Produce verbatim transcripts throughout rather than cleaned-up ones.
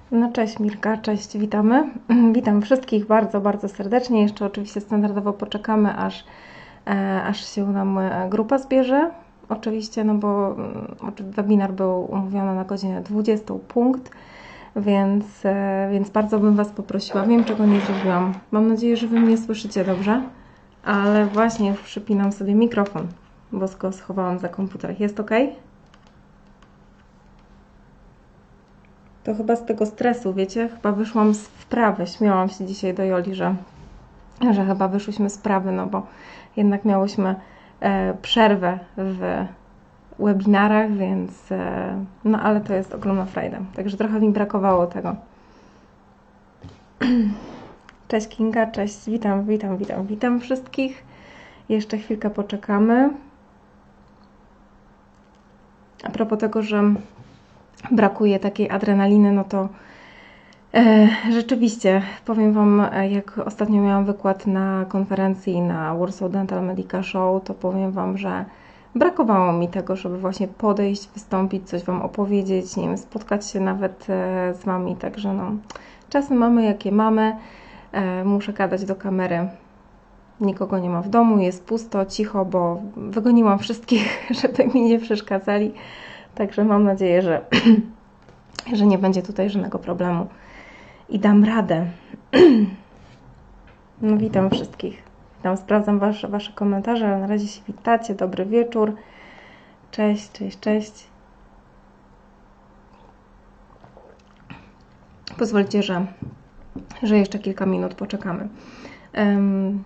No cześć Mirka, cześć, witamy. Witam wszystkich bardzo, bardzo serdecznie. Jeszcze oczywiście standardowo poczekamy, aż, e, aż się nam e, grupa zbierze. Oczywiście, no bo mm, webinar był umówiony na godzinę dwudziestą punkt, więc, e, więc bardzo bym Was poprosiła. Wiem, czego nie zrobiłam. Mam nadzieję, że Wy mnie słyszycie dobrze, ale właśnie przypinam sobie mikrofon, bo go schowałam za komputer. Jest ok? To chyba z tego stresu, wiecie, chyba wyszłam z wprawy. Śmiałam się dzisiaj do Joli, że, że chyba wyszłyśmy z prawy, no bo jednak miałyśmy e, przerwę w webinarach, więc e, no ale to jest ogromna frajda. Także trochę mi brakowało tego. Cześć Kinga, cześć, witam, witam, witam, witam wszystkich. Jeszcze chwilkę poczekamy. A propos tego, że brakuje takiej adrenaliny, no to e, rzeczywiście powiem Wam, jak ostatnio miałam wykład na konferencji na Warsaw Dental Medical Show, to powiem Wam, że brakowało mi tego, żeby właśnie podejść, wystąpić, coś Wam opowiedzieć, nie wiem, spotkać się nawet e, z Wami, także no, czasy mamy jakie mamy, e, muszę gadać do kamery. Nikogo nie ma w domu, jest pusto, cicho, bo wygoniłam wszystkich, żeby mi nie przeszkadzali. Także mam nadzieję, że, że nie będzie tutaj żadnego problemu i dam radę. No witam wszystkich. Witam, sprawdzam wasze, wasze komentarze, ale na razie się witacie. Dobry wieczór. Cześć, cześć, cześć. Pozwólcie, że, że jeszcze kilka minut poczekamy. Um,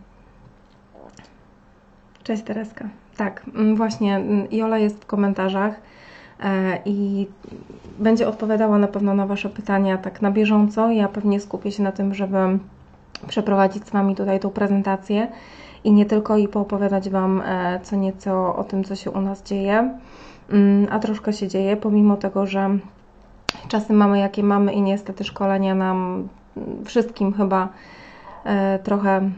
cześć Tereska. Tak, właśnie Jola jest w komentarzach i będzie odpowiadała na pewno na Wasze pytania tak na bieżąco. Ja pewnie skupię się na tym, żeby przeprowadzić z Wami tutaj tą prezentację i nie tylko i poopowiadać Wam co nieco o tym, co się u nas dzieje, a troszkę się dzieje, pomimo tego, że czasy mamy jakie mamy i niestety szkolenia nam wszystkim chyba trochę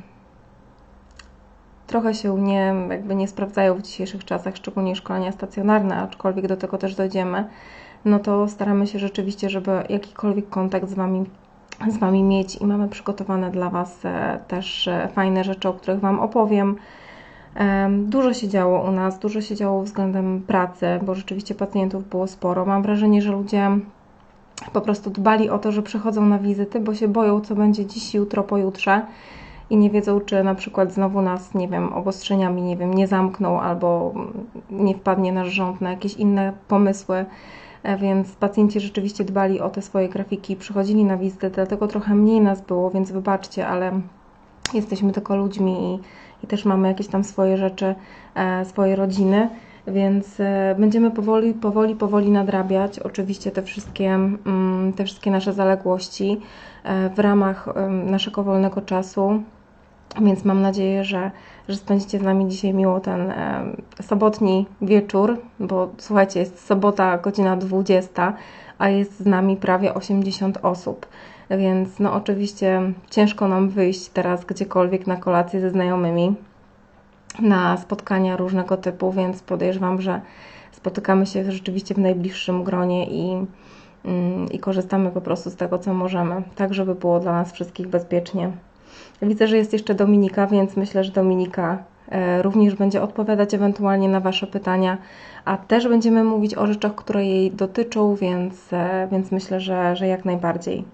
Trochę się nie, jakby nie sprawdzają w dzisiejszych czasach, szczególnie szkolenia stacjonarne, aczkolwiek do tego też dojdziemy, no to staramy się rzeczywiście, żeby jakikolwiek kontakt z Wami, z Wami mieć i mamy przygotowane dla Was też fajne rzeczy, o których Wam opowiem. Dużo się działo u nas, dużo się działo względem pracy, bo rzeczywiście pacjentów było sporo. Mam wrażenie, że ludzie po prostu dbali o to, że przychodzą na wizyty, bo się boją, co będzie dziś, jutro, pojutrze. I nie wiedzą, czy na przykład znowu nas, nie wiem, obostrzeniami, nie wiem, nie zamkną albo nie wpadnie nasz rząd na jakieś inne pomysły, więc pacjenci rzeczywiście dbali o te swoje grafiki, przychodzili na wizytę, dlatego trochę mniej nas było, więc wybaczcie, ale jesteśmy tylko ludźmi i, i też mamy jakieś tam swoje rzeczy, swoje rodziny, więc będziemy powoli, powoli, powoli nadrabiać oczywiście te wszystkie, te wszystkie nasze zaległości w ramach naszego wolnego czasu. Więc mam nadzieję, że, że spędzicie z nami dzisiaj miło ten e, sobotni wieczór, bo słuchajcie, jest sobota, godzina dwudziesta, a jest z nami prawie osiemdziesiąt osób. Więc no oczywiście ciężko nam wyjść teraz gdziekolwiek na kolację ze znajomymi, na spotkania różnego typu, więc podejrzewam, że spotykamy się rzeczywiście w najbliższym gronie i, mm, i korzystamy po prostu z tego, co możemy, tak żeby było dla nas wszystkich bezpiecznie. Widzę, że jest jeszcze Dominika, więc myślę, że Dominika również będzie odpowiadać ewentualnie na Wasze pytania, a też będziemy mówić o rzeczach, które jej dotyczą, więc, więc myślę, że, że jak najbardziej.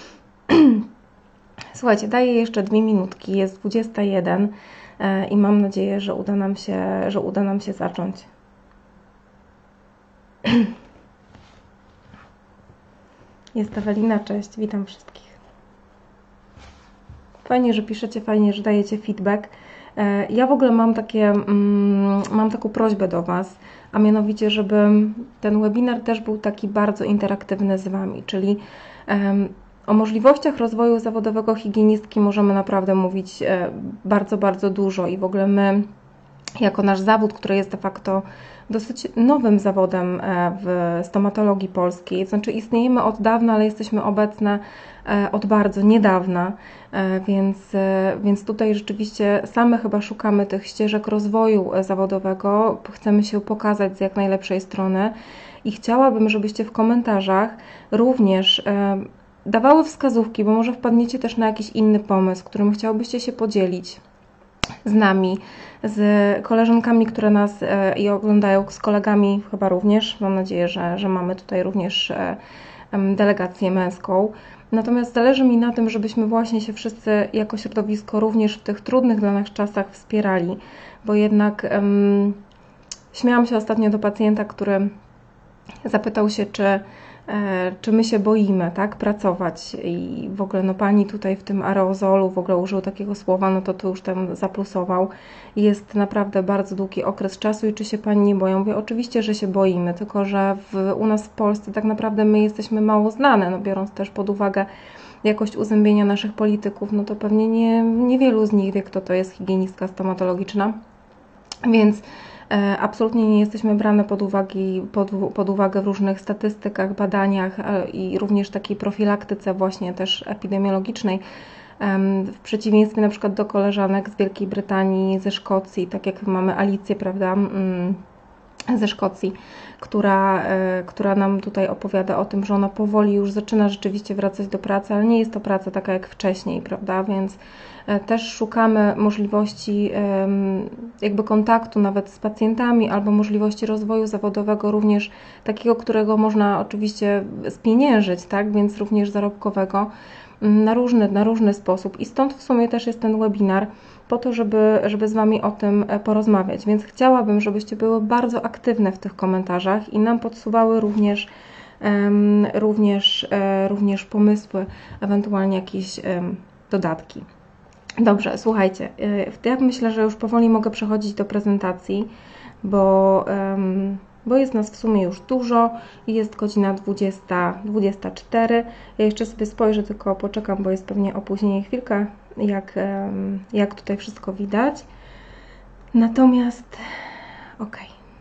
Słuchajcie, daję jeszcze dwie minutki, jest dwudziesta jeden i mam nadzieję, że uda nam się, że uda nam się zacząć. Jest Ewelina, cześć, witam wszystkich. Fajnie, że piszecie, fajnie, że dajecie feedback. Ja w ogóle mam takie, mam taką prośbę do Was, a mianowicie, żeby ten webinar też był taki bardzo interaktywny z Wami, czyli o możliwościach rozwoju zawodowego higienistki możemy naprawdę mówić bardzo, bardzo dużo i w ogóle my, jako nasz zawód, który jest de facto dosyć nowym zawodem w stomatologii polskiej, znaczy istniejemy od dawna, ale jesteśmy obecne od bardzo niedawna, więc, więc tutaj rzeczywiście same chyba szukamy tych ścieżek rozwoju zawodowego, chcemy się pokazać z jak najlepszej strony i chciałabym, żebyście w komentarzach również dawały wskazówki, bo może wpadniecie też na jakiś inny pomysł, którym chciałobyście się podzielić z nami, z koleżankami, które nas e, i oglądają, z kolegami chyba również. Mam nadzieję, że, że mamy tutaj również e, delegację męską. Natomiast zależy mi na tym, żebyśmy właśnie się wszyscy jako środowisko również w tych trudnych dla nas czasach wspierali, bo jednak um, śmiałam się ostatnio do pacjenta, który zapytał się, czy, e, czy my się boimy, tak, pracować i w ogóle no pani tutaj w tym aerozolu w ogóle użył takiego słowa, no to tu już tam zaplusował. Jest naprawdę bardzo długi okres czasu i czy się pani nie boją? Mówię, oczywiście, że się boimy, tylko że w, u nas w Polsce tak naprawdę my jesteśmy mało znane, no biorąc też pod uwagę jakość uzębienia naszych polityków, no to pewnie nie, niewielu z nich wie, kto to jest higienistka stomatologiczna, więc e, absolutnie nie jesteśmy brane pod, uwagi, pod, pod uwagę w różnych statystykach, badaniach e, i również takiej profilaktyce właśnie też epidemiologicznej, e, w przeciwieństwie na przykład do koleżanek z Wielkiej Brytanii, ze Szkocji, tak jak mamy Alicję, prawda, mm, ze Szkocji, która, e, która nam tutaj opowiada o tym, że ona powoli już zaczyna rzeczywiście wracać do pracy, ale nie jest to praca taka jak wcześniej, prawda, więc e, też szukamy możliwości e, jakby kontaktu nawet z pacjentami albo możliwości rozwoju zawodowego również takiego, którego można oczywiście spieniężyć, tak, więc również zarobkowego na różny, na różny sposób i stąd w sumie też jest ten webinar, po to, żeby, żeby z Wami o tym porozmawiać, więc chciałabym, żebyście były bardzo aktywne w tych komentarzach i nam podsuwały również, um, również, e, również pomysły, ewentualnie jakieś um, dodatki. Dobrze, słuchajcie, e, ja myślę, że już powoli mogę przechodzić do prezentacji, bo, um, bo jest nas w sumie już dużo i jest godzina dwudziesta dwadzieścia cztery. Ja jeszcze sobie spojrzę, tylko poczekam, bo jest pewnie opóźnienie chwilkę, jak, jak tutaj wszystko widać. Natomiast, ok.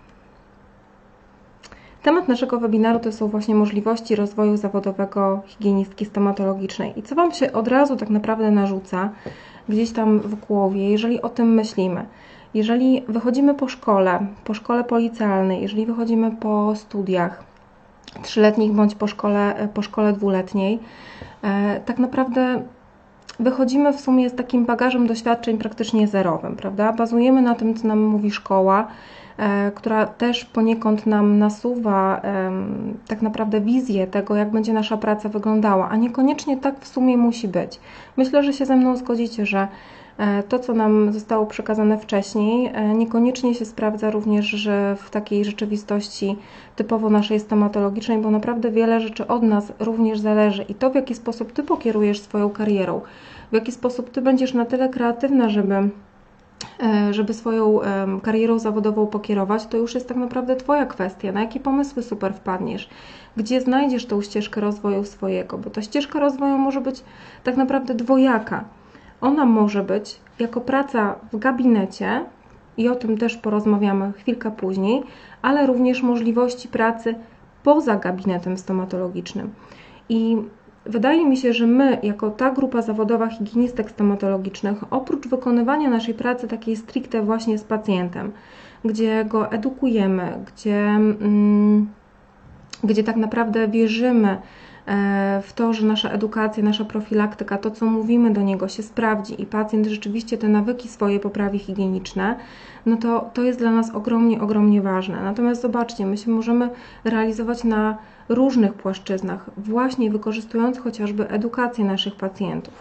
Temat naszego webinaru to są właśnie możliwości rozwoju zawodowego higienistki stomatologicznej. I co Wam się od razu tak naprawdę narzuca gdzieś tam w głowie, jeżeli o tym myślimy? Jeżeli wychodzimy po szkole, po szkole policealnej, jeżeli wychodzimy po studiach trzyletnich bądź po szkole, po szkole dwuletniej, tak naprawdę wychodzimy w sumie z takim bagażem doświadczeń praktycznie zerowym, prawda? Bazujemy na tym, co nam mówi szkoła, e, która też poniekąd nam nasuwa e, tak naprawdę wizję tego, jak będzie nasza praca wyglądała, a niekoniecznie tak w sumie musi być. Myślę, że się ze mną zgodzicie, że e, to, co nam zostało przekazane wcześniej, e, niekoniecznie się sprawdza również że w takiej rzeczywistości typowo naszej stomatologicznej, bo naprawdę wiele rzeczy od nas również zależy i to, w jaki sposób Ty pokierujesz swoją karierą, w jaki sposób Ty będziesz na tyle kreatywna, żeby, żeby swoją karierą zawodową pokierować, to już jest tak naprawdę Twoja kwestia, na jakie pomysły super wpadniesz, gdzie znajdziesz tą ścieżkę rozwoju swojego, bo ta ścieżka rozwoju może być tak naprawdę dwojaka. Ona może być jako praca w gabinecie, i o tym też porozmawiamy chwilkę później, ale również możliwości pracy poza gabinetem stomatologicznym. I wydaje mi się, że my, jako ta grupa zawodowa higienistek stomatologicznych, oprócz wykonywania naszej pracy takiej stricte właśnie z pacjentem, gdzie go edukujemy, gdzie, mm, gdzie tak naprawdę wierzymy w to, że nasza edukacja, nasza profilaktyka, to co mówimy do niego się sprawdzi i pacjent rzeczywiście te nawyki swoje poprawi higieniczne, no to to jest dla nas ogromnie, ogromnie ważne. Natomiast zobaczcie, my się możemy realizować na różnych płaszczyznach, właśnie wykorzystując chociażby edukację naszych pacjentów.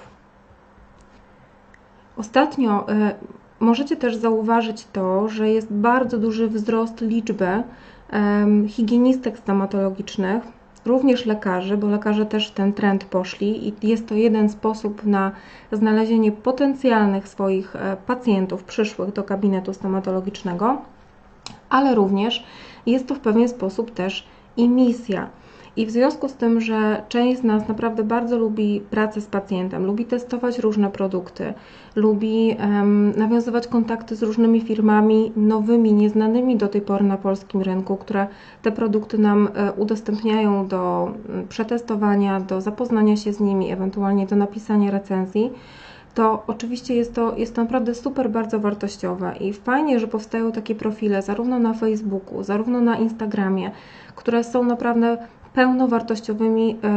Ostatnio y, możecie też zauważyć to, że jest bardzo duży wzrost liczby y, higienistek stomatologicznych, również lekarzy, bo lekarze też w ten trend poszli i jest to jeden sposób na znalezienie potencjalnych swoich pacjentów przyszłych do gabinetu stomatologicznego, ale również jest to w pewien sposób też i misja. I w związku z tym, że część z nas naprawdę bardzo lubi pracę z pacjentem, lubi testować różne produkty, lubi um, nawiązywać kontakty z różnymi firmami nowymi, nieznanymi do tej pory na polskim rynku, które te produkty nam e, udostępniają do przetestowania, do zapoznania się z nimi, ewentualnie do napisania recenzji, to oczywiście jest to, jest to naprawdę super bardzo wartościowe i fajnie, że powstają takie profile zarówno na Facebooku, zarówno na Instagramie, które są naprawdę pełnowartościowymi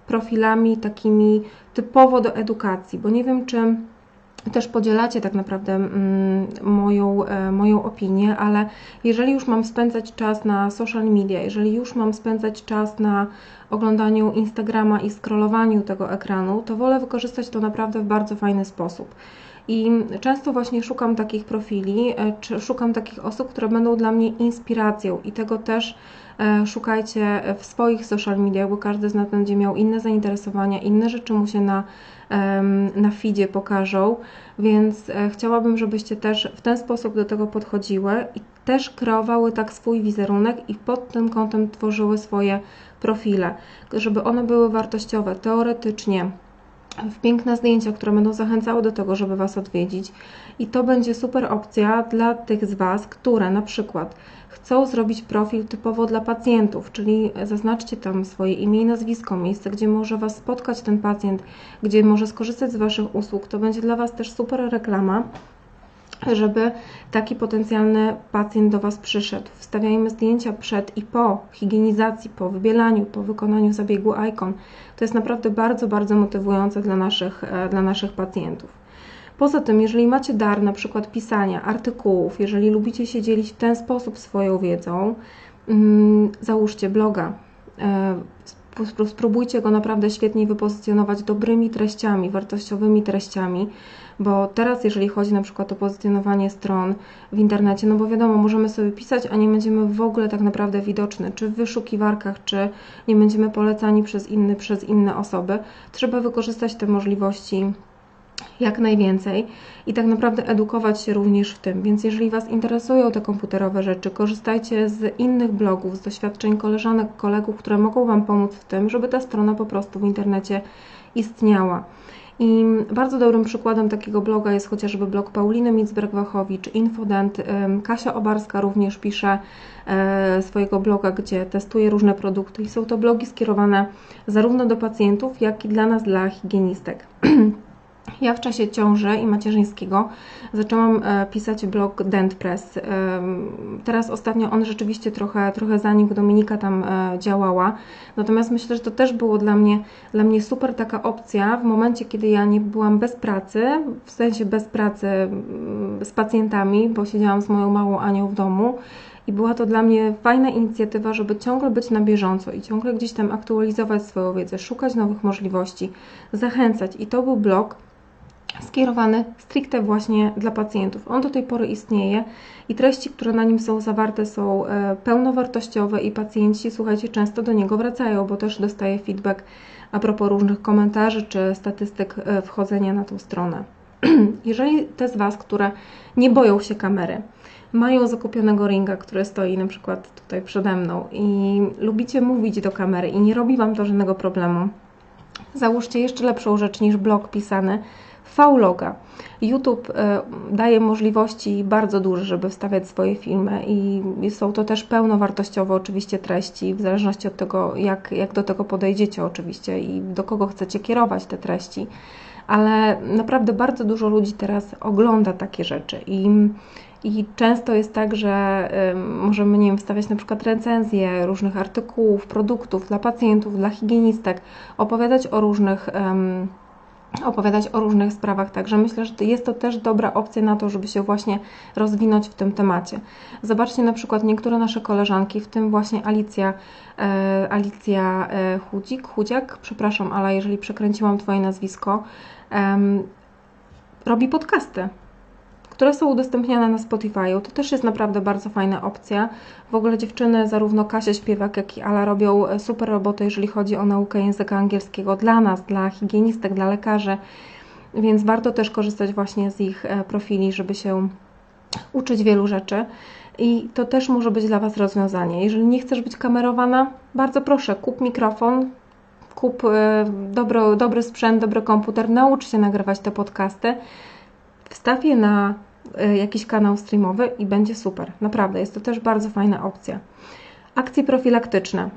profilami takimi typowo do edukacji, bo nie wiem, czy też podzielacie tak naprawdę mm, moją, e, moją opinię, ale jeżeli już mam spędzać czas na social media, jeżeli już mam spędzać czas na oglądaniu Instagrama i scrollowaniu tego ekranu, to wolę wykorzystać to naprawdę w bardzo fajny sposób. I często właśnie szukam takich profili, e, czy szukam takich osób, które będą dla mnie inspiracją i tego też e, szukajcie w swoich social mediach, bo każdy z nas będzie miał inne zainteresowania, inne rzeczy mu się na na feedzie pokażą, więc chciałabym, żebyście też w ten sposób do tego podchodziły i też kreowały tak swój wizerunek i pod tym kątem tworzyły swoje profile, żeby one były wartościowe teoretycznie, w piękne zdjęcia, które będą zachęcały do tego, żeby Was odwiedzić i to będzie super opcja dla tych z Was, które na przykład chcą zrobić profil typowo dla pacjentów, czyli zaznaczcie tam swoje imię i nazwisko, miejsce, gdzie może Was spotkać ten pacjent, gdzie może skorzystać z Waszych usług. To będzie dla Was też super reklama, żeby taki potencjalny pacjent do Was przyszedł. Wstawiajmy zdjęcia przed i po higienizacji, po wybielaniu, po wykonaniu zabiegu Icon. To jest naprawdę bardzo, bardzo motywujące dla naszych, dla naszych pacjentów. Poza tym, jeżeli macie dar na przykład pisania artykułów, jeżeli lubicie się dzielić w ten sposób swoją wiedzą, mm, załóżcie bloga. Spróbujcie go naprawdę świetnie wypozycjonować dobrymi treściami, wartościowymi treściami, bo teraz jeżeli chodzi na przykład o pozycjonowanie stron w internecie, no bo wiadomo, możemy sobie pisać, a nie będziemy w ogóle tak naprawdę widoczni, czy w wyszukiwarkach, czy nie będziemy polecani przez, inny, przez inne osoby. Trzeba wykorzystać te możliwości jak najwięcej i tak naprawdę edukować się również w tym. Więc jeżeli Was interesują te komputerowe rzeczy, korzystajcie z innych blogów, z doświadczeń koleżanek, kolegów, które mogą Wam pomóc w tym, żeby ta strona po prostu w internecie istniała. I bardzo dobrym przykładem takiego bloga jest chociażby blog Pauliny Micberg-Wachowicz, Infodent. Kasia Obarska również pisze swojego bloga, gdzie testuje różne produkty i są to blogi skierowane zarówno do pacjentów, jak i dla nas, dla higienistek. Ja w czasie ciąży i macierzyńskiego zaczęłam pisać blog DentPress. Teraz ostatnio on rzeczywiście trochę, trochę zanikł, Dominika tam działała. Natomiast myślę, że to też było dla mnie, dla mnie super taka opcja w momencie, kiedy ja nie byłam bez pracy, w sensie bez pracy z pacjentami, bo siedziałam z moją małą Anią w domu. I była to dla mnie fajna inicjatywa, żeby ciągle być na bieżąco i ciągle gdzieś tam aktualizować swoją wiedzę, szukać nowych możliwości, zachęcać. I to był blog skierowany stricte właśnie dla pacjentów. On do tej pory istnieje i treści, które na nim są zawarte, są pełnowartościowe i pacjenci, słuchajcie, często do niego wracają, bo też dostaję feedback a propos różnych komentarzy czy statystyk wchodzenia na tą stronę. Jeżeli te z Was, które nie boją się kamery, mają zakupionego ringa, który stoi na przykład tutaj przede mną i lubicie mówić do kamery i nie robi Wam to żadnego problemu, załóżcie jeszcze lepszą rzecz niż blog pisany, Vloga. YouTube daje możliwości bardzo duże, żeby wstawiać swoje filmy i są to też pełnowartościowe oczywiście treści, w zależności od tego, jak, jak do tego podejdziecie oczywiście i do kogo chcecie kierować te treści, ale naprawdę bardzo dużo ludzi teraz ogląda takie rzeczy i I często jest tak, że możemy, nie wiem, wstawiać na przykład recenzje różnych artykułów, produktów dla pacjentów, dla higienistek, opowiadać o różnych, um, opowiadać o różnych sprawach. Także myślę, że jest to też dobra opcja na to, żeby się właśnie rozwinąć w tym temacie. Zobaczcie na przykład niektóre nasze koleżanki, w tym właśnie Alicja, e, Alicja e, Chudzik, Chudziak, przepraszam, ale jeżeli przekręciłam Twoje nazwisko, um, robi podcasty, które są udostępniane na Spotify'u. To też jest naprawdę bardzo fajna opcja. W ogóle dziewczyny, zarówno Kasia Śpiewak, jak i Ala robią super robotę, jeżeli chodzi o naukę języka angielskiego dla nas, dla higienistek, dla lekarzy, więc warto też korzystać właśnie z ich profili, żeby się uczyć wielu rzeczy. I to też może być dla Was rozwiązanie. Jeżeli nie chcesz być kamerowana, bardzo proszę, kup mikrofon, kup dobro, dobry sprzęt, dobry komputer, naucz się nagrywać te podcasty, wstaw je na jakiś kanał streamowy i będzie super. Naprawdę, jest to też bardzo fajna opcja. Akcje profilaktyczne.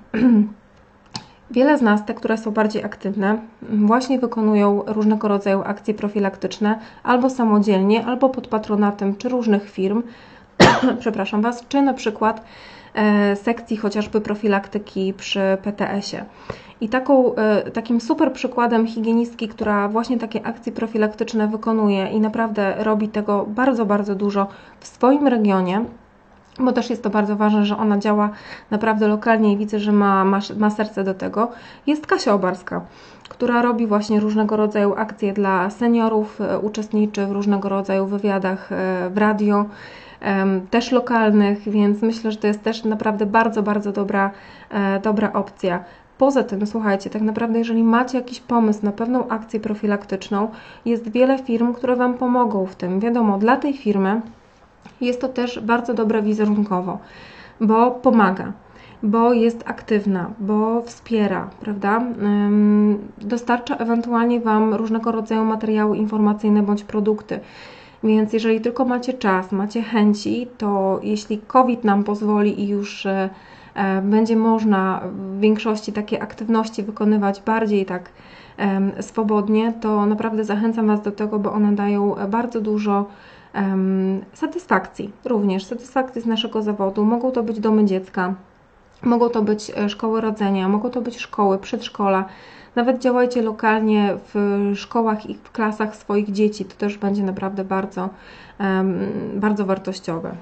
Wiele z nas, te, które są bardziej aktywne, właśnie wykonują różnego rodzaju akcje profilaktyczne albo samodzielnie, albo pod patronatem czy różnych firm, przepraszam Was, czy na przykład sekcji chociażby profilaktyki przy P T S-ie. I taką, takim super przykładem higienistki, która właśnie takie akcje profilaktyczne wykonuje i naprawdę robi tego bardzo, bardzo dużo w swoim regionie, bo też jest to bardzo ważne, że ona działa naprawdę lokalnie i widzę, że ma, ma, ma serce do tego, jest Kasia Obarska, która robi właśnie różnego rodzaju akcje dla seniorów, uczestniczy w różnego rodzaju wywiadach w radio, też lokalnych, więc myślę, że to jest też naprawdę bardzo, bardzo dobra, dobra opcja. Poza tym, słuchajcie, tak naprawdę jeżeli macie jakiś pomysł na pewną akcję profilaktyczną, jest wiele firm, które Wam pomogą w tym. Wiadomo, dla tej firmy jest to też bardzo dobre wizerunkowo, bo pomaga, bo jest aktywna, bo wspiera, prawda? Dostarcza ewentualnie Wam różnego rodzaju materiały informacyjne bądź produkty. Więc jeżeli tylko macie czas, macie chęci, to jeśli COVID nam pozwoli i już będzie można w większości takie aktywności wykonywać bardziej tak swobodnie, to naprawdę zachęcam Was do tego, bo one dają bardzo dużo satysfakcji, również satysfakcji z naszego zawodu. Mogą to być domy dziecka, mogą to być szkoły rodzenia, mogą to być szkoły, przedszkola. Nawet działajcie lokalnie w szkołach i w klasach swoich dzieci, to też będzie naprawdę bardzo, bardzo wartościowe.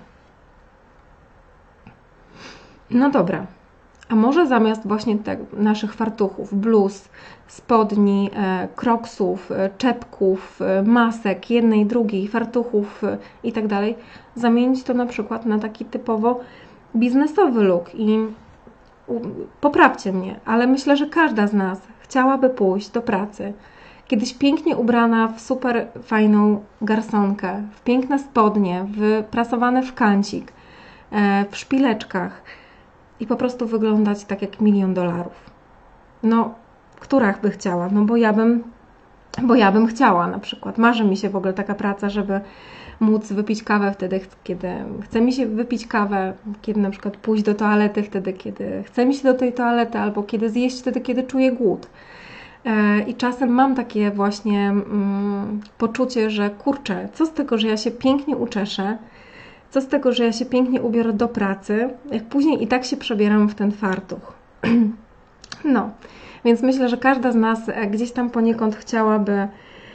No dobra, a może zamiast właśnie te, naszych fartuchów, bluz, spodni, kroksów, czepków, masek, jednej, drugiej, fartuchów i tak dalej, zamienić to na przykład na taki typowo biznesowy look i poprawcie mnie, ale myślę, że każda z nas chciałaby pójść do pracy kiedyś pięknie ubrana w super fajną garsonkę, w piękne spodnie, wyprasowane w kancik, w szpileczkach i po prostu wyglądać tak jak milion dolarów. No, która by chciała? No bo ja bym, bo ja bym chciała na przykład. Marzy mi się w ogóle taka praca, żeby móc wypić kawę wtedy, kiedy chce mi się wypić kawę, kiedy na przykład pójść do toalety wtedy, kiedy chce mi się do tej toalety, albo kiedy zjeść wtedy, kiedy czuję głód. I czasem mam takie właśnie mm, poczucie, że kurczę, co z tego, że ja się pięknie uczeszę, co z tego, że ja się pięknie ubiorę do pracy, jak później i tak się przebieram w ten fartuch. No, więc myślę, że każda z nas gdzieś tam poniekąd chciałaby.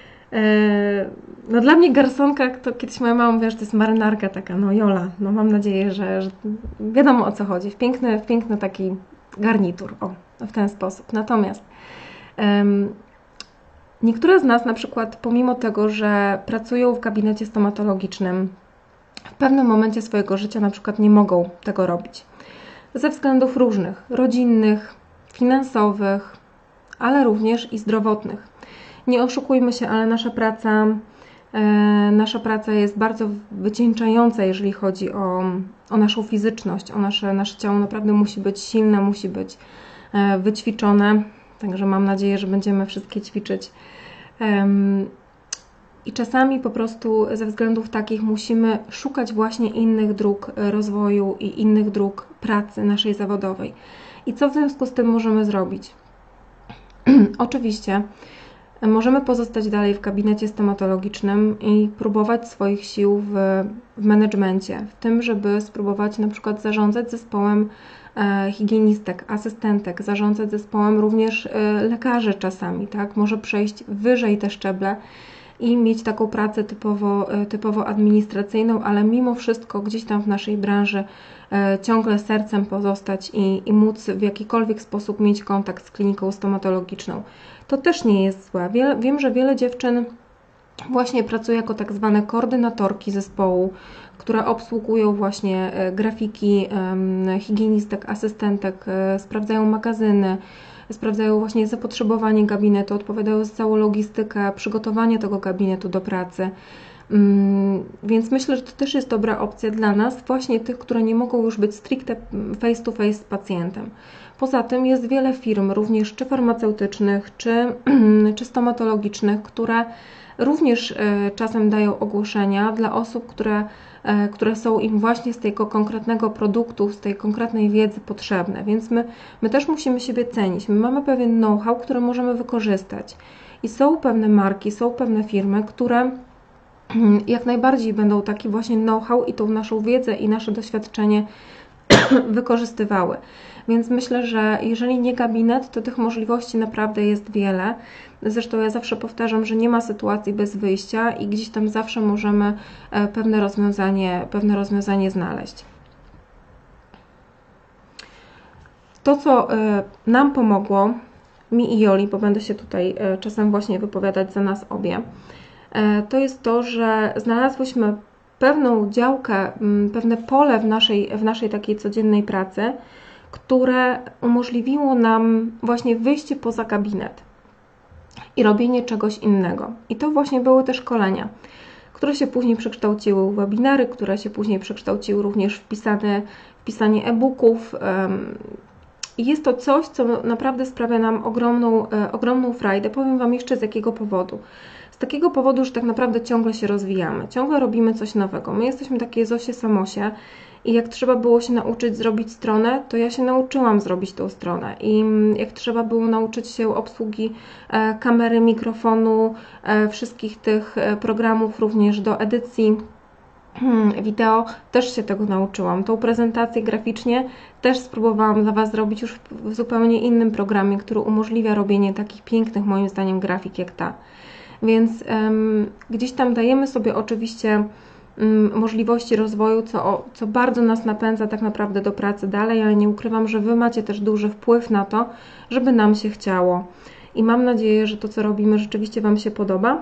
No dla mnie garsonka, to kiedyś moja mama mówiła, że to jest marynarka taka, no jola, no mam nadzieję, że, że wiadomo o co chodzi, w piękny, w piękny taki garnitur, o, w ten sposób. Natomiast um, niektóre z nas na przykład, pomimo tego, że pracują w gabinecie stomatologicznym, w pewnym momencie swojego życia na przykład nie mogą tego robić. Ze względów różnych, rodzinnych, finansowych, ale również i zdrowotnych. Nie oszukujmy się, ale nasza praca, e, nasza praca jest bardzo wycieńczająca, jeżeli chodzi o, o naszą fizyczność, o nasze, nasze ciało naprawdę musi być silne, musi być e, wyćwiczone, także mam nadzieję, że będziemy wszystkie ćwiczyć. E, I czasami po prostu ze względów takich musimy szukać właśnie innych dróg rozwoju i innych dróg pracy naszej zawodowej. I co w związku z tym możemy zrobić? Oczywiście możemy pozostać dalej w gabinecie stomatologicznym i próbować swoich sił w, w menedżmencie, w tym, żeby spróbować na przykład zarządzać zespołem e, higienistek, asystentek, zarządzać zespołem również e, lekarzy czasami, tak? Może przejść wyżej te szczeble i mieć taką pracę typowo, typowo administracyjną, ale mimo wszystko gdzieś tam w naszej branży e, ciągle sercem pozostać i, i móc w jakikolwiek sposób mieć kontakt z kliniką stomatologiczną. To też nie jest złe. Wiele, wiem, że wiele dziewczyn właśnie pracuje jako tak zwane koordynatorki zespołu, które obsługują właśnie e, grafiki e, higienistek, asystentek, e, sprawdzają magazyny, sprawdzają właśnie zapotrzebowanie gabinetu, odpowiadają za całą logistykę, przygotowanie tego gabinetu do pracy. Więc myślę, że to też jest dobra opcja dla nas, właśnie tych, które nie mogą już być stricte face to face z pacjentem. Poza tym jest wiele firm, również czy farmaceutycznych, czy, czy stomatologicznych, które również czasem dają ogłoszenia dla osób, które, które są im właśnie z tego konkretnego produktu, z tej konkretnej wiedzy potrzebne. Więc my, my też musimy siebie cenić. My mamy pewien know-how, który możemy wykorzystać. I są pewne marki, są pewne firmy, które jak najbardziej będą taki właśnie know-how i tą naszą wiedzę i nasze doświadczenie wykorzystywały. Więc myślę, że jeżeli nie gabinet, to tych możliwości naprawdę jest wiele. Zresztą ja zawsze powtarzam, że nie ma sytuacji bez wyjścia i gdzieś tam zawsze możemy pewne rozwiązanie, pewne rozwiązanie znaleźć. To, co nam pomogło, mi i Joli, bo będę się tutaj czasem właśnie wypowiadać za nas obie, to jest to, że znalazłyśmy pewną działkę, pewne pole w naszej, w naszej takiej codziennej pracy, które umożliwiło nam właśnie wyjście poza gabinet i robienie czegoś innego. I to właśnie były te szkolenia, które się później przekształciły w webinary, które się później przekształciły również w pisanie, w pisanie e-booków. I jest to coś, co naprawdę sprawia nam ogromną, ogromną frajdę. Powiem Wam jeszcze z jakiego powodu. Z takiego powodu, że tak naprawdę ciągle się rozwijamy, ciągle robimy coś nowego. My jesteśmy takie Zosie Samosie i jak trzeba było się nauczyć zrobić stronę, to ja się nauczyłam zrobić tą stronę. I jak trzeba było nauczyć się obsługi kamery, mikrofonu, wszystkich tych programów również do edycji wideo, też się tego nauczyłam. Tą prezentację graficznie też spróbowałam dla Was zrobić już w zupełnie innym programie, który umożliwia robienie takich pięknych, moim zdaniem, grafik jak ta. Więc um, gdzieś tam dajemy sobie oczywiście um, możliwości rozwoju, co, co bardzo nas napędza tak naprawdę do pracy dalej, ale nie ukrywam, że Wy macie też duży wpływ na to, żeby nam się chciało. I mam nadzieję, że to, co robimy, rzeczywiście Wam się podoba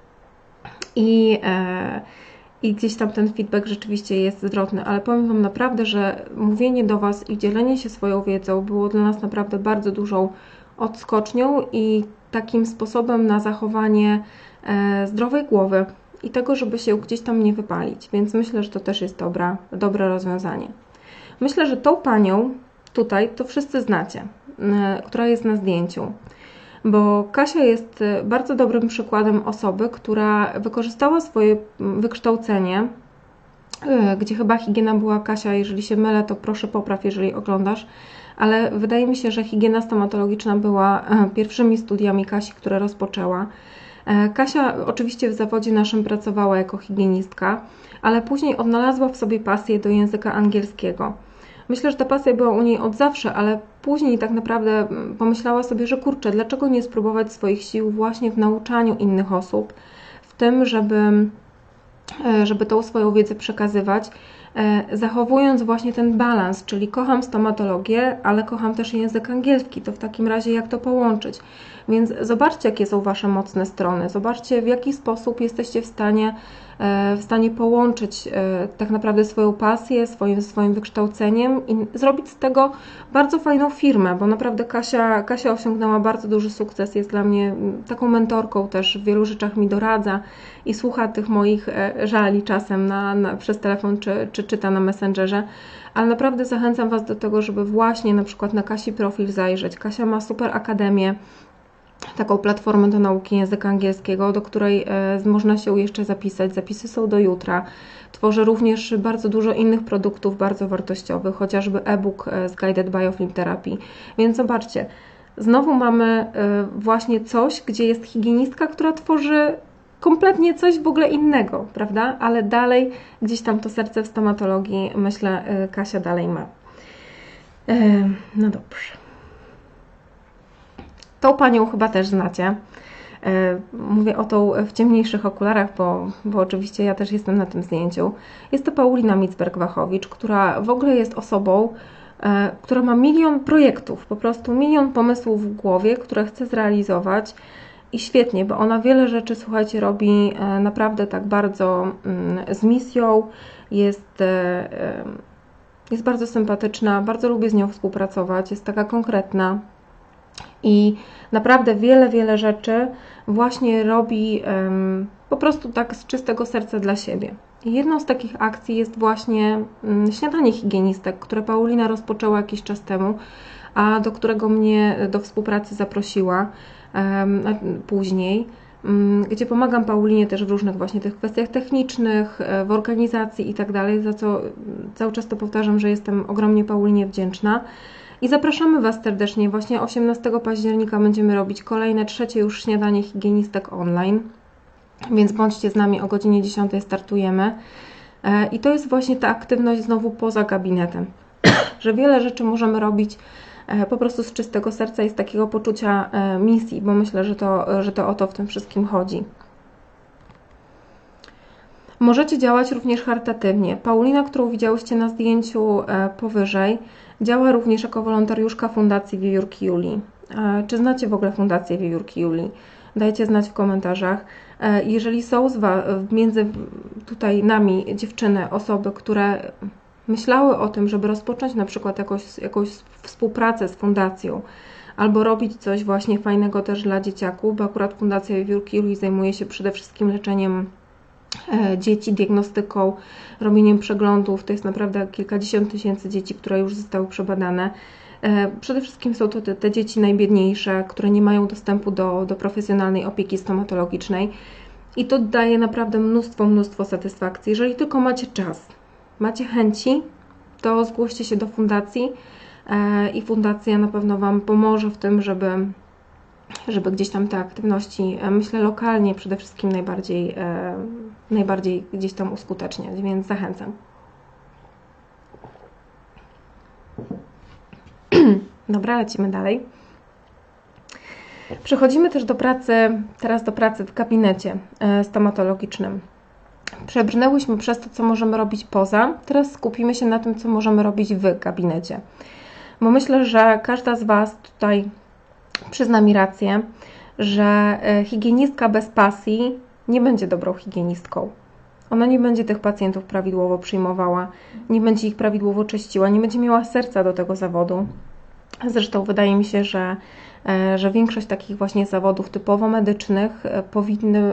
i, e, i gdzieś tam ten feedback rzeczywiście jest zwrotny, ale powiem Wam naprawdę, że mówienie do Was i dzielenie się swoją wiedzą było dla nas naprawdę bardzo dużą odskocznią i takim sposobem na zachowanie e, zdrowej głowy i tego, żeby się gdzieś tam nie wypalić. Więc myślę, że to też jest dobra, dobre rozwiązanie. Myślę, że tą panią tutaj to wszyscy znacie, e, która jest na zdjęciu. Bo Kasia jest bardzo dobrym przykładem osoby, która wykorzystała swoje wykształcenie, e, gdzie chyba higiena była, Kasia, jeżeli się mylę, to proszę popraw, jeżeli oglądasz, ale wydaje mi się, że higiena stomatologiczna była pierwszymi studiami Kasi, które rozpoczęła. Kasia oczywiście w zawodzie naszym pracowała jako higienistka, ale później odnalazła w sobie pasję do języka angielskiego. Myślę, że ta pasja była u niej od zawsze, ale później tak naprawdę pomyślała sobie, że kurczę, dlaczego nie spróbować swoich sił właśnie w nauczaniu innych osób, w tym, żeby, żeby tą swoją wiedzę przekazywać, zachowując właśnie ten balans, czyli kocham stomatologię, ale kocham też język angielski, to w takim razie jak to połączyć? Więc zobaczcie, jakie są Wasze mocne strony, zobaczcie, w jaki sposób jesteście w stanie, w stanie połączyć tak naprawdę swoją pasję, swoim, swoim wykształceniem i zrobić z tego bardzo fajną firmę, bo naprawdę Kasia, Kasia osiągnęła bardzo duży sukces, jest dla mnie taką mentorką też, w wielu rzeczach mi doradza i słucha tych moich żali czasem na, na, przez telefon czy, czy czyta na Messengerze, ale naprawdę zachęcam Was do tego, żeby właśnie na przykład na Kasi profil zajrzeć. Kasia ma super akademię, taką platformę do nauki języka angielskiego, do której e, można się jeszcze zapisać. Zapisy są do jutra. Tworzę również bardzo dużo innych produktów bardzo wartościowych, chociażby e-book z Guided Biofilm Therapy. Więc zobaczcie, znowu mamy e, właśnie coś, gdzie jest higienistka, która tworzy kompletnie coś w ogóle innego, prawda? Ale dalej gdzieś tam to serce w stomatologii, myślę, e, Kasia dalej ma. E, no dobrze. Tą panią chyba też znacie. Mówię o tą w ciemniejszych okularach, bo, bo oczywiście ja też jestem na tym zdjęciu. Jest to Paulina Micberg-Wachowicz, która w ogóle jest osobą, która ma milion projektów, po prostu milion pomysłów w głowie, które chce zrealizować i świetnie, bo ona wiele rzeczy, słuchajcie, robi naprawdę tak bardzo z misją, jest, jest bardzo sympatyczna, bardzo lubię z nią współpracować, jest taka konkretna. I naprawdę wiele, wiele rzeczy właśnie robi um, po prostu tak z czystego serca dla siebie. I jedną z takich akcji jest właśnie um, śniadanie higienistek, które Paulina rozpoczęła jakiś czas temu, a do którego mnie do współpracy zaprosiła um, później, um, gdzie pomagam Paulinie też w różnych właśnie tych kwestiach technicznych, w organizacji i tak dalej, za co cały czas to powtarzam, że jestem ogromnie Paulinie wdzięczna. I zapraszamy Was serdecznie. Właśnie osiemnastego października będziemy robić kolejne, trzecie już śniadanie higienistek online. Więc bądźcie z nami, o godzinie dziesiątej startujemy. I to jest właśnie ta aktywność znowu poza gabinetem. że wiele rzeczy możemy robić po prostu z czystego serca i z takiego poczucia misji, bo myślę, że to, że to o to w tym wszystkim chodzi. Możecie działać również charytatywnie. Paulina, którą widziałyście na zdjęciu powyżej, działa również jako wolontariuszka Fundacji Wiewiórki Julii. Czy znacie w ogóle Fundację Wiewiórki Julii? Dajcie znać w komentarzach. Jeżeli są z was, między tutaj nami dziewczyny, osoby, które myślały o tym, żeby rozpocząć na przykład jakąś, jakąś współpracę z fundacją, albo robić coś właśnie fajnego też dla dzieciaków, bo akurat Fundacja Wiewiórki Julii zajmuje się przede wszystkim leczeniem dzieci, diagnostyką, robieniem przeglądów. To jest naprawdę kilkadziesiąt tysięcy dzieci, które już zostały przebadane. Przede wszystkim są to te, te dzieci najbiedniejsze, które nie mają dostępu do, do profesjonalnej opieki stomatologicznej i to daje naprawdę mnóstwo, mnóstwo satysfakcji. Jeżeli tylko macie czas, macie chęci, to zgłoście się do fundacji i fundacja na pewno Wam pomoże w tym, żeby żeby gdzieś tam te aktywności, myślę lokalnie przede wszystkim najbardziej, najbardziej gdzieś tam uskuteczniać, więc zachęcam. Dobra, lecimy dalej. Przechodzimy też do pracy, teraz do pracy w gabinecie stomatologicznym. Przebrnęłyśmy przez to, co możemy robić poza, teraz skupimy się na tym, co możemy robić w gabinecie. Bo myślę, że każda z Was tutaj przyzna mi rację, że higienistka bez pasji nie będzie dobrą higienistką. Ona nie będzie tych pacjentów prawidłowo przyjmowała, nie będzie ich prawidłowo czyściła, nie będzie miała serca do tego zawodu. Zresztą wydaje mi się, że, że większość takich właśnie zawodów typowo medycznych powinny,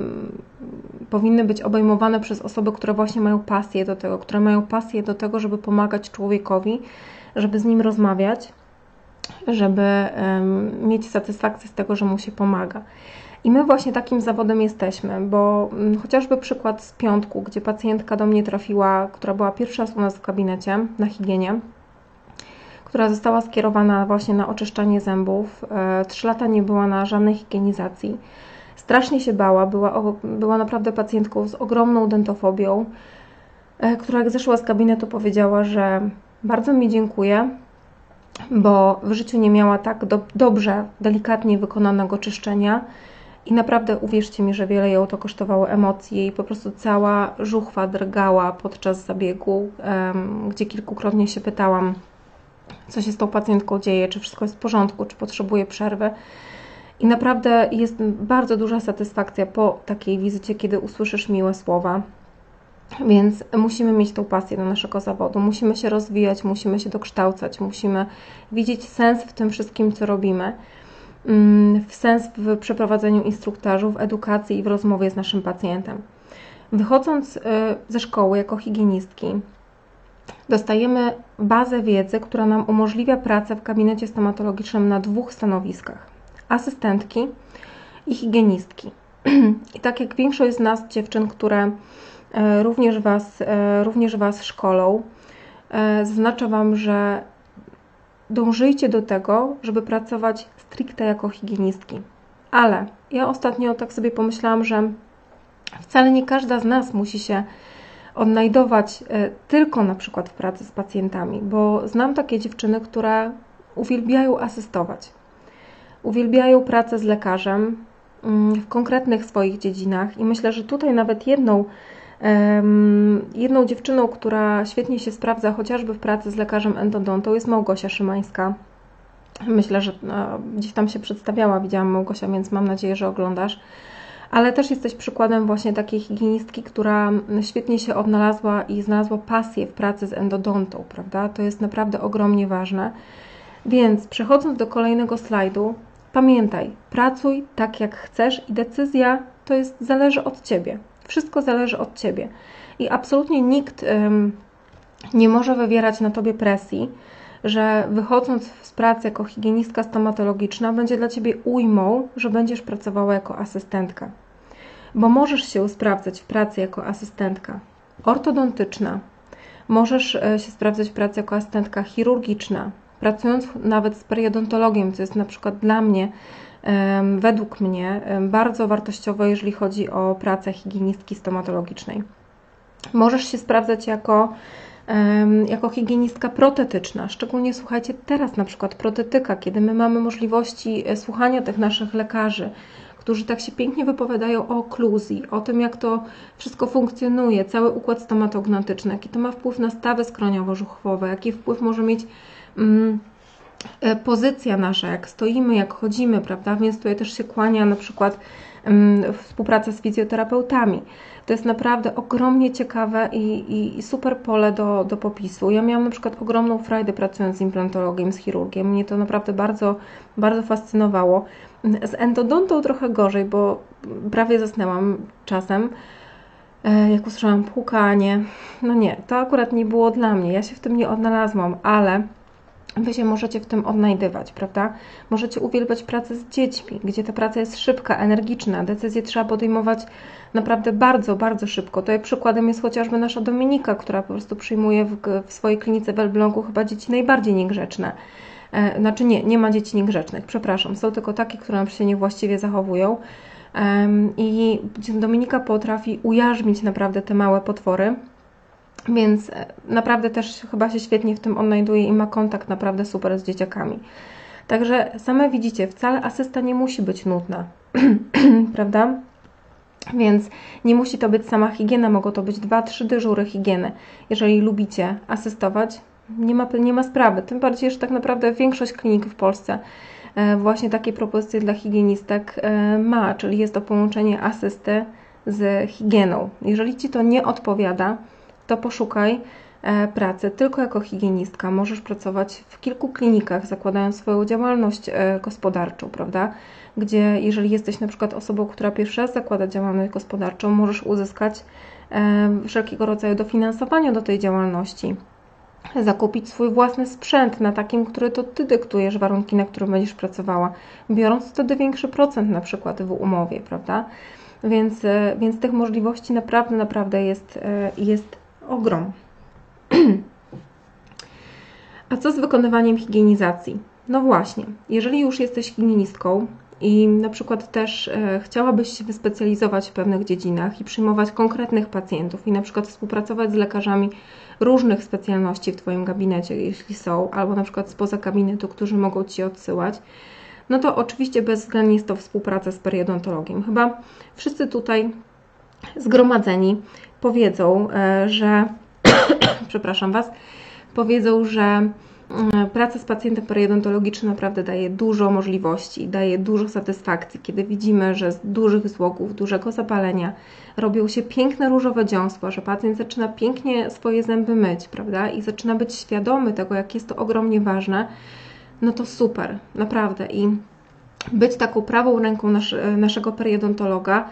powinny być obejmowane przez osoby, które właśnie mają pasję do tego, które mają pasję do tego, żeby pomagać człowiekowi, żeby z nim rozmawiać, żeby um, mieć satysfakcję z tego, że mu się pomaga. I my właśnie takim zawodem jesteśmy, bo um, chociażby przykład z piątku, gdzie pacjentka do mnie trafiła, która była pierwszy raz u nas w gabinecie na higienie, która została skierowana właśnie na oczyszczanie zębów. E, trzy lata nie była na żadnej higienizacji. Strasznie się bała, była, o, była naprawdę pacjentką z ogromną dentofobią, e, która jak zeszła z gabinetu powiedziała, że bardzo mi dziękuję, bo w życiu nie miała tak do, dobrze, delikatnie wykonanego czyszczenia i naprawdę uwierzcie mi, że wiele ją to kosztowało emocji i po prostu cała żuchwa drgała podczas zabiegu, um, gdzie kilkukrotnie się pytałam, co się z tą pacjentką dzieje, czy wszystko jest w porządku, czy potrzebuje przerwy. I naprawdę jest bardzo duża satysfakcja po takiej wizycie, kiedy usłyszysz miłe słowa. Więc musimy mieć tą pasję do naszego zawodu, musimy się rozwijać, musimy się dokształcać, musimy widzieć sens w tym wszystkim, co robimy, w sens w przeprowadzeniu instruktażu, w edukacji i w rozmowie z naszym pacjentem. Wychodząc ze szkoły jako higienistki, dostajemy bazę wiedzy, która nam umożliwia pracę w gabinecie stomatologicznym na dwóch stanowiskach: asystentki i higienistki. I tak jak większość z nas, dziewczyn, które Również was, również was szkolą, zaznaczę Wam, że dążyjcie do tego, żeby pracować stricte jako higienistki. Ale ja ostatnio tak sobie pomyślałam, że wcale nie każda z nas musi się odnajdować tylko na przykład w pracy z pacjentami, bo znam takie dziewczyny, które uwielbiają asystować. Uwielbiają pracę z lekarzem w konkretnych swoich dziedzinach i myślę, że tutaj nawet jedną Jedną dziewczyną, która świetnie się sprawdza chociażby w pracy z lekarzem endodontą, jest Małgosia Szymańska. Myślę, że gdzieś tam się przedstawiała, widziałam Małgosia, więc mam nadzieję, że oglądasz. Ale też jesteś przykładem właśnie takiej higienistki, która świetnie się odnalazła i znalazła pasję w pracy z endodontą, prawda? To jest naprawdę ogromnie ważne. Więc przechodząc do kolejnego slajdu, pamiętaj, pracuj tak jak chcesz i decyzja to jest, zależy od Ciebie. Wszystko zależy od Ciebie i absolutnie nikt ym, nie może wywierać na Tobie presji, że wychodząc z pracy jako higienistka stomatologiczna będzie dla Ciebie ujmą, że będziesz pracowała jako asystentka. Bo możesz się sprawdzać w pracy jako asystentka ortodontyczna, możesz się sprawdzać w pracy jako asystentka chirurgiczna, pracując nawet z periodontologiem, co jest na przykład dla mnie według mnie bardzo wartościowe, jeżeli chodzi o pracę higienistki stomatologicznej. Możesz się sprawdzać jako jako higienistka protetyczna, szczególnie słuchajcie teraz na przykład protetyka, kiedy my mamy możliwości słuchania tych naszych lekarzy, którzy tak się pięknie wypowiadają o okluzji, o tym, jak to wszystko funkcjonuje, cały układ stomatognatyczny, jaki to ma wpływ na stawy skroniowo-żuchwowe, jaki wpływ może mieć mm, pozycja nasza, jak stoimy, jak chodzimy, prawda? Więc tutaj też się kłania na przykład mm, współpraca z fizjoterapeutami. To jest naprawdę ogromnie ciekawe i, i, i super pole do, do popisu. Ja miałam na przykład ogromną frajdę pracując z implantologiem, z chirurgiem. Mnie to naprawdę bardzo, bardzo fascynowało. Z endodontą trochę gorzej, bo prawie zasnęłam czasem, jak usłyszałam płukanie. No nie, to akurat nie było dla mnie. Ja się w tym nie odnalazłam, ale Wy się możecie w tym odnajdywać, prawda? Możecie uwielbiać pracę z dziećmi, gdzie ta praca jest szybka, energiczna, decyzje trzeba podejmować naprawdę bardzo, bardzo szybko. Tutaj przykładem jest chociażby nasza Dominika, która po prostu przyjmuje w, w swojej klinice w Elblągu chyba dzieci najbardziej niegrzeczne. E, znaczy nie, nie ma dzieci niegrzecznych, przepraszam, są tylko takie, które się niewłaściwie zachowują. E, I Dominika potrafi ujarzmić naprawdę te małe potwory. Więc naprawdę też chyba się świetnie w tym odnajduje i ma kontakt naprawdę super z dzieciakami. Także same widzicie, wcale asysta nie musi być nudna, prawda? Więc nie musi to być sama higiena, mogą to być dwa, trzy dyżury higieny. Jeżeli lubicie asystować, nie ma, nie ma sprawy. Tym bardziej, że tak naprawdę większość klinik w Polsce właśnie takie propozycje dla higienistek ma, czyli jest to połączenie asysty z higieną. Jeżeli Ci to nie odpowiada, to poszukaj pracy tylko jako higienistka. Możesz pracować w kilku klinikach, zakładając swoją działalność gospodarczą, prawda? Gdzie jeżeli jesteś na przykład osobą, która pierwszy raz zakłada działalność gospodarczą, możesz uzyskać wszelkiego rodzaju dofinansowania do tej działalności. Zakupić swój własny sprzęt na takim, który to Ty dyktujesz warunki, na którym będziesz pracowała, biorąc wtedy większy procent na przykład w umowie, prawda? Więc, więc tych możliwości naprawdę, naprawdę jest, jest ogrom. A co z wykonywaniem higienizacji? No właśnie, jeżeli już jesteś higienistką i na przykład też e, chciałabyś się wyspecjalizować w pewnych dziedzinach i przyjmować konkretnych pacjentów i na przykład współpracować z lekarzami różnych specjalności w Twoim gabinecie, jeśli są, albo na przykład spoza gabinetu, którzy mogą Ci odsyłać, no to oczywiście bezwzględnie jest to współpraca z periodontologiem. Chyba wszyscy tutaj zgromadzeni powiedzą, e, że przepraszam Was, powiedzą, że praca z pacjentem periodontologicznym naprawdę daje dużo możliwości, daje dużo satysfakcji, kiedy widzimy, że z dużych złogów, dużego zapalenia robią się piękne różowe dziąsła, że pacjent zaczyna pięknie swoje zęby myć, prawda? I zaczyna być świadomy tego, jak jest to ogromnie ważne, no to super, naprawdę. I być taką prawą ręką nasz, naszego periodontologa,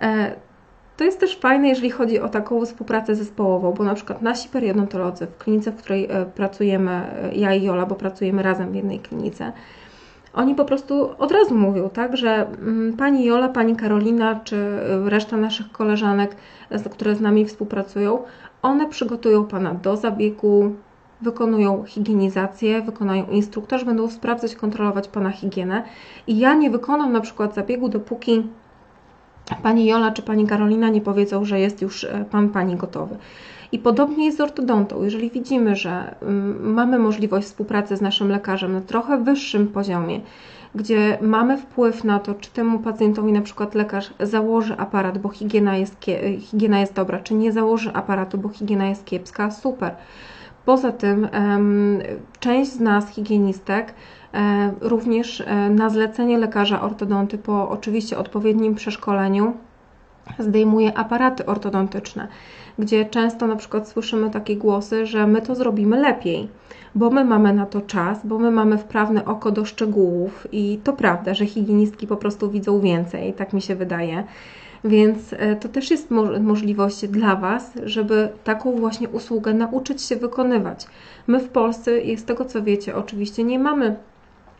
to jest też fajne, jeżeli chodzi o taką współpracę zespołową, bo na przykład nasi periodontolodzy w klinice, w której pracujemy, ja i Jola, bo pracujemy razem w jednej klinice, oni po prostu od razu mówią, tak, że pani Jola, pani Karolina, czy reszta naszych koleżanek, które z nami współpracują, one przygotują Pana do zabiegu, wykonują higienizację, wykonają instruktaż, będą sprawdzać, kontrolować Pana higienę i ja nie wykonam na przykład zabiegu, dopóki Pani Jola czy Pani Karolina nie powiedzą, że jest już Pan, Pani gotowy. I podobnie jest z ortodontą. Jeżeli widzimy, że mamy możliwość współpracy z naszym lekarzem na trochę wyższym poziomie, gdzie mamy wpływ na to, czy temu pacjentowi na przykład lekarz założy aparat, bo higiena jest, higiena jest dobra, czy nie założy aparatu, bo higiena jest kiepska, super. Poza tym część z nas, higienistek, również na zlecenie lekarza ortodonty po oczywiście odpowiednim przeszkoleniu zdejmuje aparaty ortodontyczne, gdzie często na przykład słyszymy takie głosy, że my to zrobimy lepiej, bo my mamy na to czas, bo my mamy wprawne oko do szczegółów i to prawda, że higienistki po prostu widzą więcej, tak mi się wydaje. Więc to też jest możliwość dla Was, żeby taką właśnie usługę nauczyć się wykonywać. My w Polsce, z tego co wiecie, oczywiście nie mamy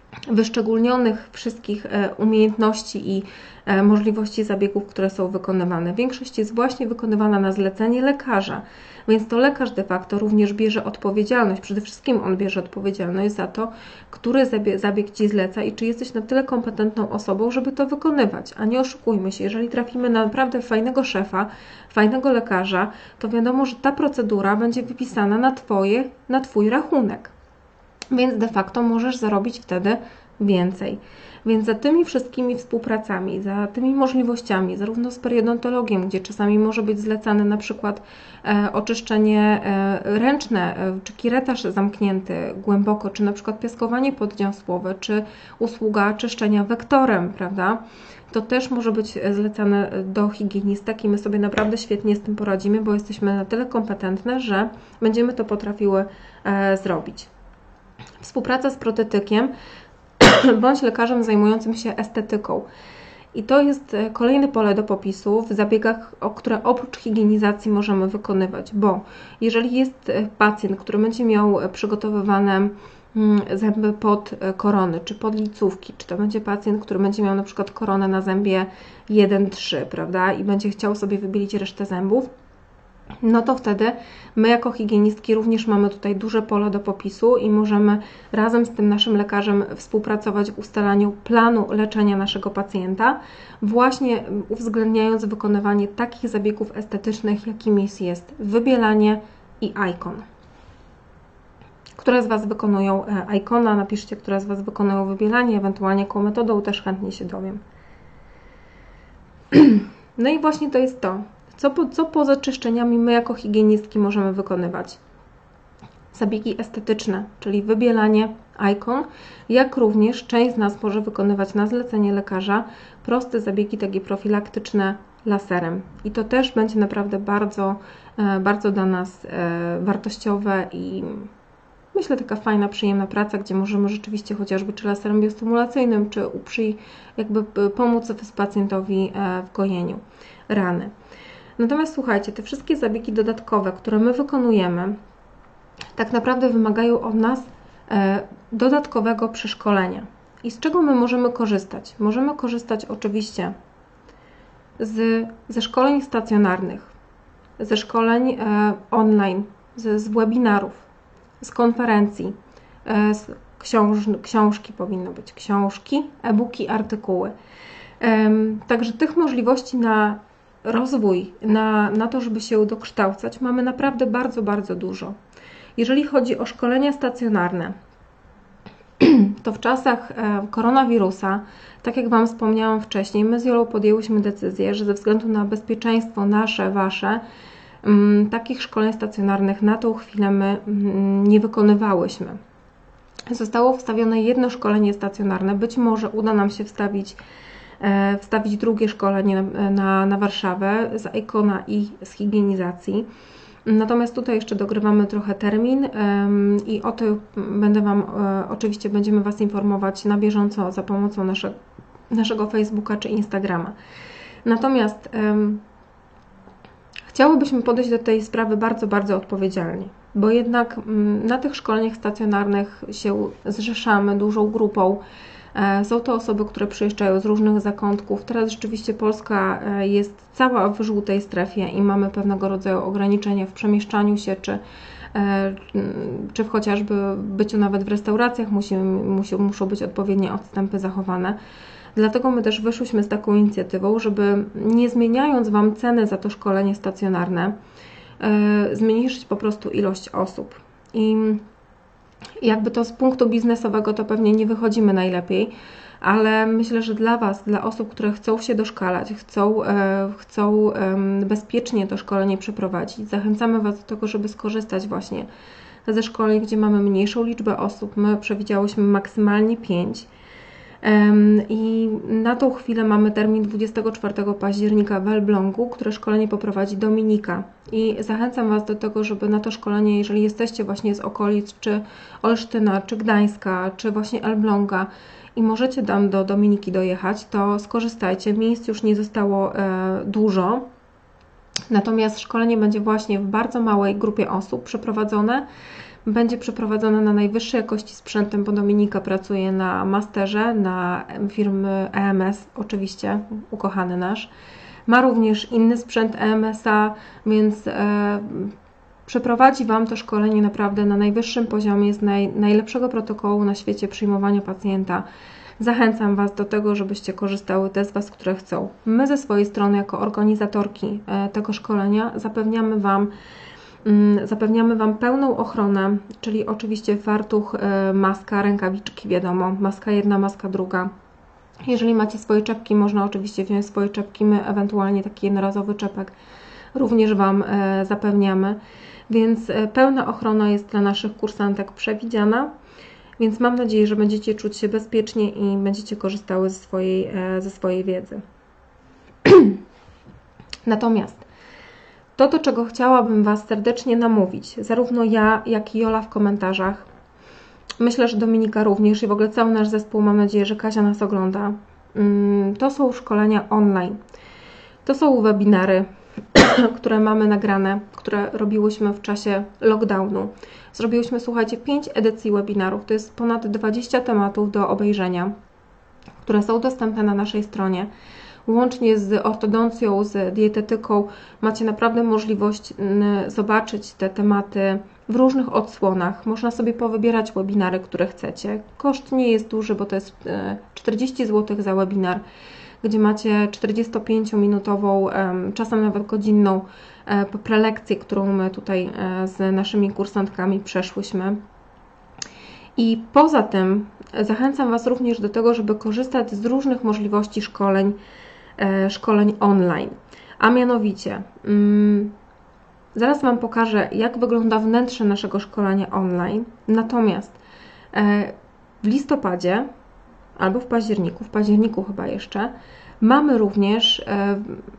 wyszczególnionych wszystkich umiejętności i możliwości zabiegów, które są wykonywane. Większość jest właśnie wykonywana na zlecenie lekarza, więc to lekarz de facto również bierze odpowiedzialność. Przede wszystkim on bierze odpowiedzialność za to, który zabieg Ci zleca i czy jesteś na tyle kompetentną osobą, żeby to wykonywać. A nie oszukujmy się, jeżeli trafimy na naprawdę fajnego szefa, fajnego lekarza, to wiadomo, że ta procedura będzie wypisana na, twoje, na Twój rachunek. Więc de facto możesz zarobić wtedy więcej. Więc za tymi wszystkimi współpracami, za tymi możliwościami, zarówno z periodontologiem, gdzie czasami może być zlecane na przykład e, oczyszczenie e, ręczne, e, czy kiretaż zamknięty głęboko, czy na przykład piaskowanie poddziąsłowe, czy usługa czyszczenia wektorem, prawda? To też może być zlecane do higienistek i my sobie naprawdę świetnie z tym poradzimy, bo jesteśmy na tyle kompetentne, że będziemy to potrafiły e, zrobić. Współpraca z protetykiem bądź lekarzem zajmującym się estetyką. I to jest kolejne pole do popisu w zabiegach, o które oprócz higienizacji możemy wykonywać, bo jeżeli jest pacjent, który będzie miał przygotowywane zęby pod korony, czy pod licówki, czy to będzie pacjent, który będzie miał na przykład koronę na zębie jeden trzy, prawda, i będzie chciał sobie wybielić resztę zębów, no to wtedy my jako higienistki również mamy tutaj duże pole do popisu i możemy razem z tym naszym lekarzem współpracować w ustalaniu planu leczenia naszego pacjenta, właśnie uwzględniając wykonywanie takich zabiegów estetycznych, jakimi jest wybielanie i Icon. Które z Was wykonują Icona? Napiszcie, które z Was wykonują wybielanie, ewentualnie jaką metodą, też chętnie się dowiem. No i właśnie to jest to. Co, po, co poza czyszczeniami my jako higienistki możemy wykonywać? Zabiegi estetyczne, czyli wybielanie, Icon, jak również część z nas może wykonywać na zlecenie lekarza proste zabiegi takie profilaktyczne laserem. I to też będzie naprawdę bardzo, bardzo dla nas wartościowe i myślę taka fajna, przyjemna praca, gdzie możemy rzeczywiście chociażby czy laserem biostymulacyjnym, czy przy, jakby pomóc pacjentowi w gojeniu rany. Natomiast słuchajcie, te wszystkie zabiegi dodatkowe, które my wykonujemy, tak naprawdę wymagają od nas e, dodatkowego przeszkolenia. I z czego my możemy korzystać? Możemy korzystać oczywiście z, ze szkoleń stacjonarnych, ze szkoleń e, online, z, z webinarów, z konferencji, e, z książ, książki powinno być, książki, e-booki, artykuły. E, także tych możliwości na rozwój, na, na to, żeby się dokształcać, mamy naprawdę bardzo, bardzo dużo. Jeżeli chodzi o szkolenia stacjonarne, to w czasach koronawirusa, tak jak Wam wspomniałam wcześniej, my z Jolą podjęłyśmy decyzję, że ze względu na bezpieczeństwo nasze, Wasze, takich szkoleń stacjonarnych na tą chwilę my nie wykonywałyśmy. Zostało wstawione jedno szkolenie stacjonarne, być może uda nam się wstawić wstawić drugie szkolenie na, na, na Warszawę z Icona i z higienizacji. Natomiast tutaj jeszcze dogrywamy trochę termin um, i o tym będę Wam, e, oczywiście będziemy Was informować na bieżąco za pomocą nasze, naszego Facebooka czy Instagrama. Natomiast um, chciałybyśmy podejść do tej sprawy bardzo, bardzo odpowiedzialnie, bo jednak um, na tych szkoleniach stacjonarnych się zrzeszamy dużą grupą. Są to osoby, które przyjeżdżają z różnych zakątków. Teraz rzeczywiście Polska jest cała w żółtej strefie i mamy pewnego rodzaju ograniczenia w przemieszczaniu się, czy, czy w chociażby byciu nawet w restauracjach musi, musi, muszą być odpowiednie odstępy zachowane. Dlatego my też wyszłyśmy z taką inicjatywą, żeby nie zmieniając Wam ceny za to szkolenie stacjonarne, zmniejszyć po prostu ilość osób. I jakby to z punktu biznesowego to pewnie nie wychodzimy najlepiej, ale myślę, że dla Was, dla osób, które chcą się doszkalać, chcą, e, chcą e, bezpiecznie to szkolenie przeprowadzić, zachęcamy Was do tego, żeby skorzystać właśnie ze szkoleń, gdzie mamy mniejszą liczbę osób. My przewidziałyśmy maksymalnie pięć. I na tą chwilę mamy termin dwudziestego czwartego października w Elblągu, które szkolenie poprowadzi Dominika. I zachęcam Was do tego, żeby na to szkolenie, jeżeli jesteście właśnie z okolic, czy Olsztyna, czy Gdańska, czy właśnie Elbląga i możecie tam do Dominiki dojechać, to skorzystajcie. Miejsc już nie zostało e, dużo. Natomiast szkolenie będzie właśnie w bardzo małej grupie osób przeprowadzone. będzie przeprowadzone na najwyższej jakości sprzętem, bo Dominika pracuje na masterze, na firmy E M S, oczywiście, ukochany nasz. Ma również inny sprzęt E M S-a, więc e, przeprowadzi Wam to szkolenie naprawdę na najwyższym poziomie, z naj, najlepszego protokołu na świecie przyjmowania pacjenta. Zachęcam Was do tego, żebyście korzystały, te z Was, które chcą. My ze swojej strony, jako organizatorki e, tego szkolenia, zapewniamy Wam Zapewniamy Wam pełną ochronę, czyli oczywiście fartuch, maska, rękawiczki, wiadomo, maska jedna, maska druga. Jeżeli macie swoje czepki, można oczywiście wziąć swoje czepki, my ewentualnie taki jednorazowy czepek również Wam zapewniamy, więc pełna ochrona jest dla naszych kursantek przewidziana, więc mam nadzieję, że będziecie czuć się bezpiecznie i będziecie korzystały ze swojej, ze swojej wiedzy. Natomiast to, do czego chciałabym Was serdecznie namówić, zarówno ja, jak i Jola w komentarzach, myślę, że Dominika również i w ogóle cały nasz zespół, mam nadzieję, że Kasia nas ogląda, to są szkolenia online. To są webinary, które mamy nagrane, które robiłyśmy w czasie lockdownu. Zrobiłyśmy, słuchajcie, pięć edycji webinarów, to jest ponad dwadzieścia tematów do obejrzenia, które są dostępne na naszej stronie. Łącznie z ortodoncją, z dietetyką macie naprawdę możliwość zobaczyć te tematy w różnych odsłonach. Można sobie powybierać webinary, które chcecie. Koszt nie jest duży, bo to jest czterdzieści złotych za webinar, gdzie macie czterdziestopięciominutową, czasem nawet godzinną prelekcję, którą my tutaj z naszymi kursantkami przeszłyśmy. I poza tym zachęcam Was również do tego, żeby korzystać z różnych możliwości szkoleń, szkoleń online. A mianowicie, hmm, zaraz Wam pokażę, jak wygląda wnętrze naszego szkolenia online. Natomiast e, w listopadzie albo w październiku, w październiku chyba jeszcze, mamy również e,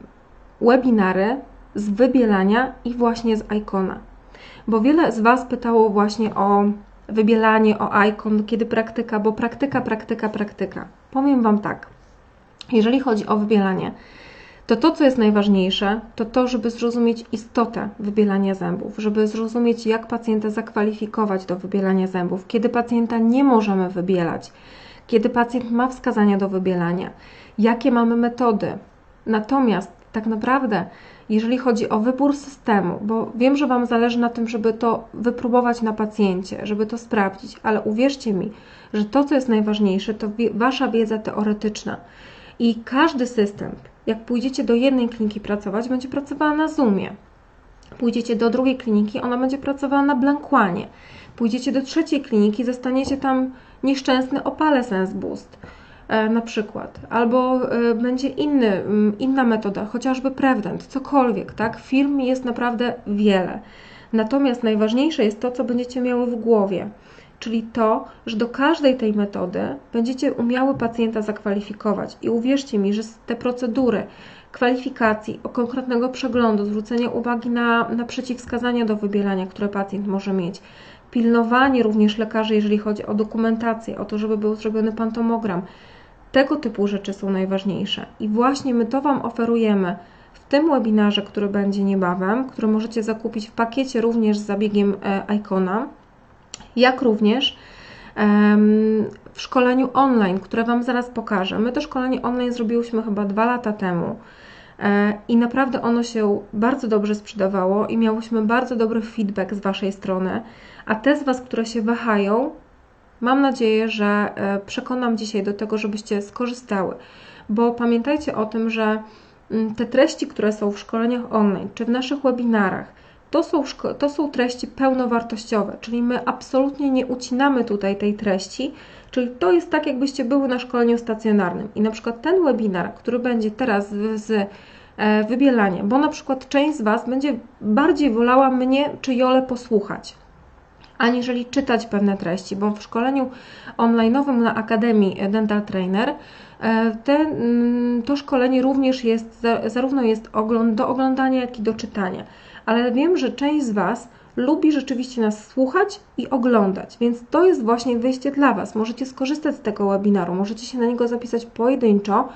webinary z wybielania i właśnie z Icona. Bo wiele z Was pytało właśnie o wybielanie, o Icon, kiedy praktyka, bo praktyka, praktyka, praktyka. Powiem Wam tak. Jeżeli chodzi o wybielanie, to to, co jest najważniejsze, to to, żeby zrozumieć istotę wybielania zębów, żeby zrozumieć, jak pacjenta zakwalifikować do wybielania zębów, kiedy pacjenta nie możemy wybielać, kiedy pacjent ma wskazania do wybielania, jakie mamy metody. Natomiast tak naprawdę, jeżeli chodzi o wybór systemu, bo wiem, że Wam zależy na tym, żeby to wypróbować na pacjencie, żeby to sprawdzić, ale uwierzcie mi, że to, co jest najważniejsze, to Wasza wiedza teoretyczna. I każdy system, jak pójdziecie do jednej kliniki pracować, będzie pracowała na Zoomie. Pójdziecie do drugiej kliniki, ona będzie pracowała na Blankłanie. Pójdziecie do trzeciej kliniki, zostaniecie tam nieszczęsny Opale Sense Boost e, na przykład. Albo e, będzie inny, inna metoda, chociażby Prevdent, cokolwiek, tak? Firm jest naprawdę wiele. Natomiast najważniejsze jest to, co będziecie miały w głowie. Czyli to, że do każdej tej metody będziecie umiały pacjenta zakwalifikować. I uwierzcie mi, że te procedury kwalifikacji, konkretnego przeglądu, zwrócenia uwagi na, na przeciwwskazania do wybielania, które pacjent może mieć, pilnowanie również lekarzy, jeżeli chodzi o dokumentację, o to, żeby był zrobiony pantomogram, tego typu rzeczy są najważniejsze. I właśnie my to Wam oferujemy w tym webinarze, który będzie niebawem, który możecie zakupić w pakiecie również z zabiegiem Icona, jak również w szkoleniu online, które Wam zaraz pokażę. My to szkolenie online zrobiłyśmy chyba dwa lata temu i naprawdę ono się bardzo dobrze sprzedawało i miałyśmy bardzo dobry feedback z Waszej strony, a te z Was, które się wahają, mam nadzieję, że przekonam dzisiaj do tego, żebyście skorzystały, bo pamiętajcie o tym, że te treści, które są w szkoleniach online, czy w naszych webinarach, To są, to są treści pełnowartościowe, czyli my absolutnie nie ucinamy tutaj tej treści, czyli to jest tak, jakbyście były na szkoleniu stacjonarnym. I na przykład ten webinar, który będzie teraz z, z e, wybielaniem, bo na przykład część z Was będzie bardziej wolała mnie czy Jolę posłuchać, aniżeli czytać pewne treści, bo w szkoleniu online'owym na Akademii Dental Trainer e, te, to szkolenie również jest, zarówno jest ogląd, do oglądania, jak i do czytania. Ale wiem, że część z Was lubi rzeczywiście nas słuchać i oglądać, więc to jest właśnie wyjście dla Was. Możecie skorzystać z tego webinaru, możecie się na niego zapisać pojedynczo,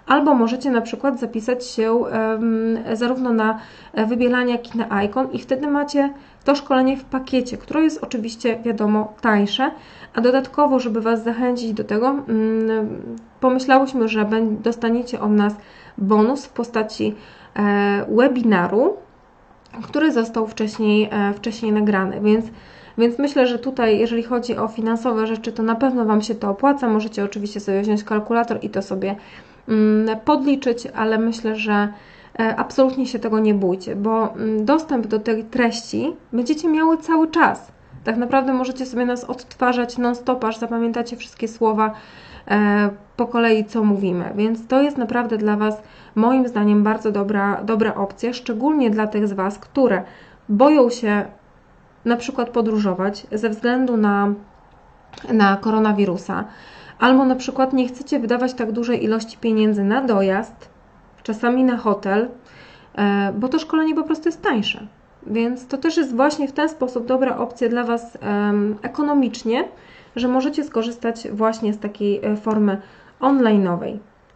albo możecie na przykład zapisać się um, zarówno na wybielanie, jak i na Icon i wtedy macie to szkolenie w pakiecie, które jest oczywiście, wiadomo, tańsze, a dodatkowo, żeby Was zachęcić do tego, um, pomyślałyśmy, że dostaniecie od nas bonus w postaci e, webinaru, który został wcześniej, e, wcześniej nagrany, więc Więc myślę, że tutaj, jeżeli chodzi o finansowe rzeczy, to na pewno Wam się to opłaca. Możecie oczywiście sobie wziąć kalkulator i to sobie podliczyć, ale myślę, że absolutnie się tego nie bójcie, bo dostęp do tej treści będziecie miały cały czas. Tak naprawdę możecie sobie nas odtwarzać non-stop, aż zapamiętacie wszystkie słowa po kolei, co mówimy. Więc to jest naprawdę dla Was, moim zdaniem, bardzo dobra, dobra opcja, szczególnie dla tych z Was, które boją się na przykład podróżować ze względu na, na koronawirusa, albo na przykład nie chcecie wydawać tak dużej ilości pieniędzy na dojazd, czasami na hotel, bo to szkolenie po prostu jest tańsze. Więc to też jest właśnie w ten sposób dobra opcja dla Was ekonomicznie, że możecie skorzystać właśnie z takiej formy online'owej.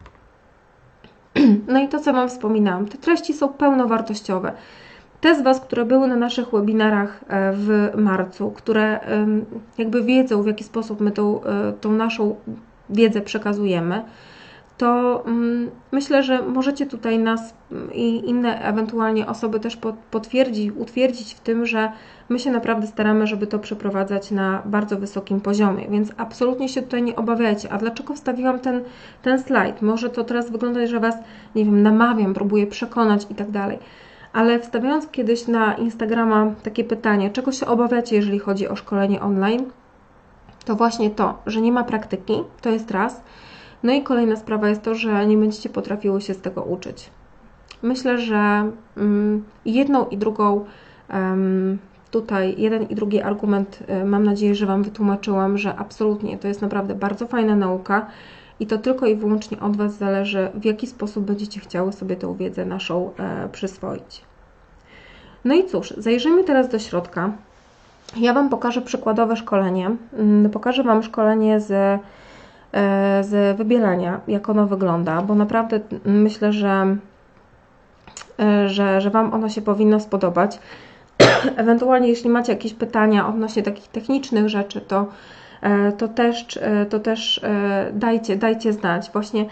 No i to, co Wam wspominałam, te treści są pełnowartościowe. Te z Was, które były na naszych webinarach w marcu, które jakby wiedzą, w jaki sposób my tą, tą naszą wiedzę przekazujemy, to myślę, że możecie tutaj nas i inne ewentualnie osoby też potwierdzić, utwierdzić w tym, że my się naprawdę staramy, żeby to przeprowadzać na bardzo wysokim poziomie, więc absolutnie się tutaj nie obawiajcie. A dlaczego wstawiłam ten, ten slajd? Może to teraz wyglądać, że Was, nie wiem, namawiam, próbuję przekonać i tak dalej. Ale wstawiając kiedyś na Instagrama takie pytanie, czego się obawiacie, jeżeli chodzi o szkolenie online, to właśnie to, że nie ma praktyki, to jest raz. No i kolejna sprawa jest to, że nie będziecie potrafiły się z tego uczyć. Myślę, że um, jedną i drugą, um, tutaj jeden i drugi argument, um, mam nadzieję, że Wam wytłumaczyłam, że absolutnie to jest naprawdę bardzo fajna nauka i to tylko i wyłącznie od Was zależy, w jaki sposób będziecie chciały sobie tę wiedzę naszą e, przyswoić. No i cóż, zajrzyjmy teraz do środka. Ja Wam pokażę przykładowe szkolenie. Pokażę Wam szkolenie z, e, z wybielania, jak ono wygląda, bo naprawdę myślę, że, e, że, że Wam ono się powinno spodobać. Ewentualnie, jeśli macie jakieś pytania odnośnie takich technicznych rzeczy, to to też, to też dajcie, dajcie znać. Właśnie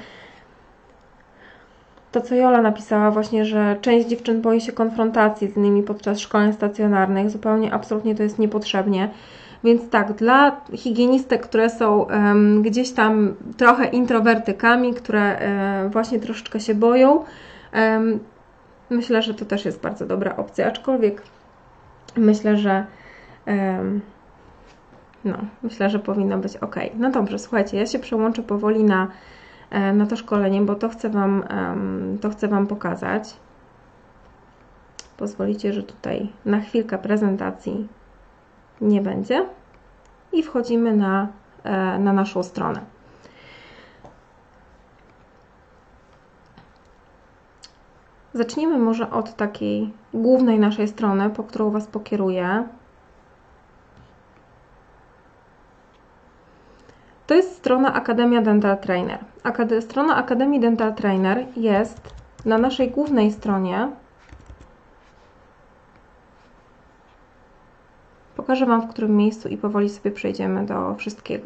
to, co Jola napisała właśnie, że część dziewczyn boi się konfrontacji z innymi podczas szkoleń stacjonarnych, zupełnie, absolutnie to jest niepotrzebnie. Więc tak, dla higienistek, które są um, gdzieś tam trochę introwertykami, które um, właśnie troszeczkę się boją, um, myślę, że to też jest bardzo dobra opcja, aczkolwiek myślę, że um, No, myślę, że powinno być ok. No dobrze, słuchajcie, ja się przełączę powoli na, na to szkolenie, bo to chcę Wam, to chcę Wam pokazać. Pozwolicie, że tutaj na chwilkę prezentacji nie będzie i wchodzimy na, na naszą stronę. Zacznijmy może od takiej głównej naszej strony, po którą Was pokieruję. To jest strona Akademia Dental Trainer. Akad- strona Akademii Dental Trainer jest na naszej głównej stronie. Pokażę Wam, w którym miejscu i powoli sobie przejdziemy do wszystkiego.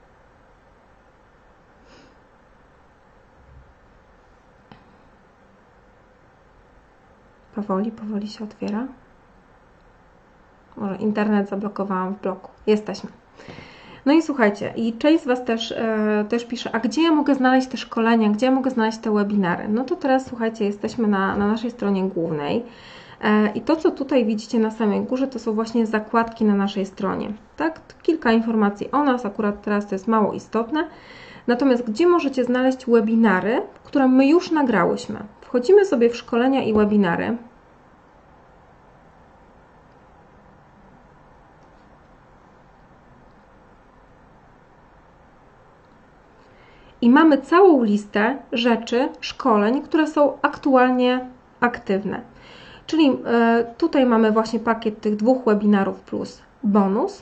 Powoli, powoli się otwiera. Może internet zablokowałam w bloku. Jesteśmy. No i słuchajcie, i część z Was też, e, też pisze, a gdzie ja mogę znaleźć te szkolenia, gdzie ja mogę znaleźć te webinary? No to teraz, słuchajcie, jesteśmy na, na naszej stronie głównej e, i to, co tutaj widzicie na samej górze, to są właśnie zakładki na naszej stronie. Tak? Kilka informacji o nas, akurat teraz to jest mało istotne. Natomiast gdzie możecie znaleźć webinary, które my już nagrałyśmy? Wchodzimy sobie w szkolenia i webinary. I mamy całą listę rzeczy, szkoleń, które są aktualnie aktywne. Czyli tutaj mamy właśnie pakiet tych dwóch webinarów plus bonus.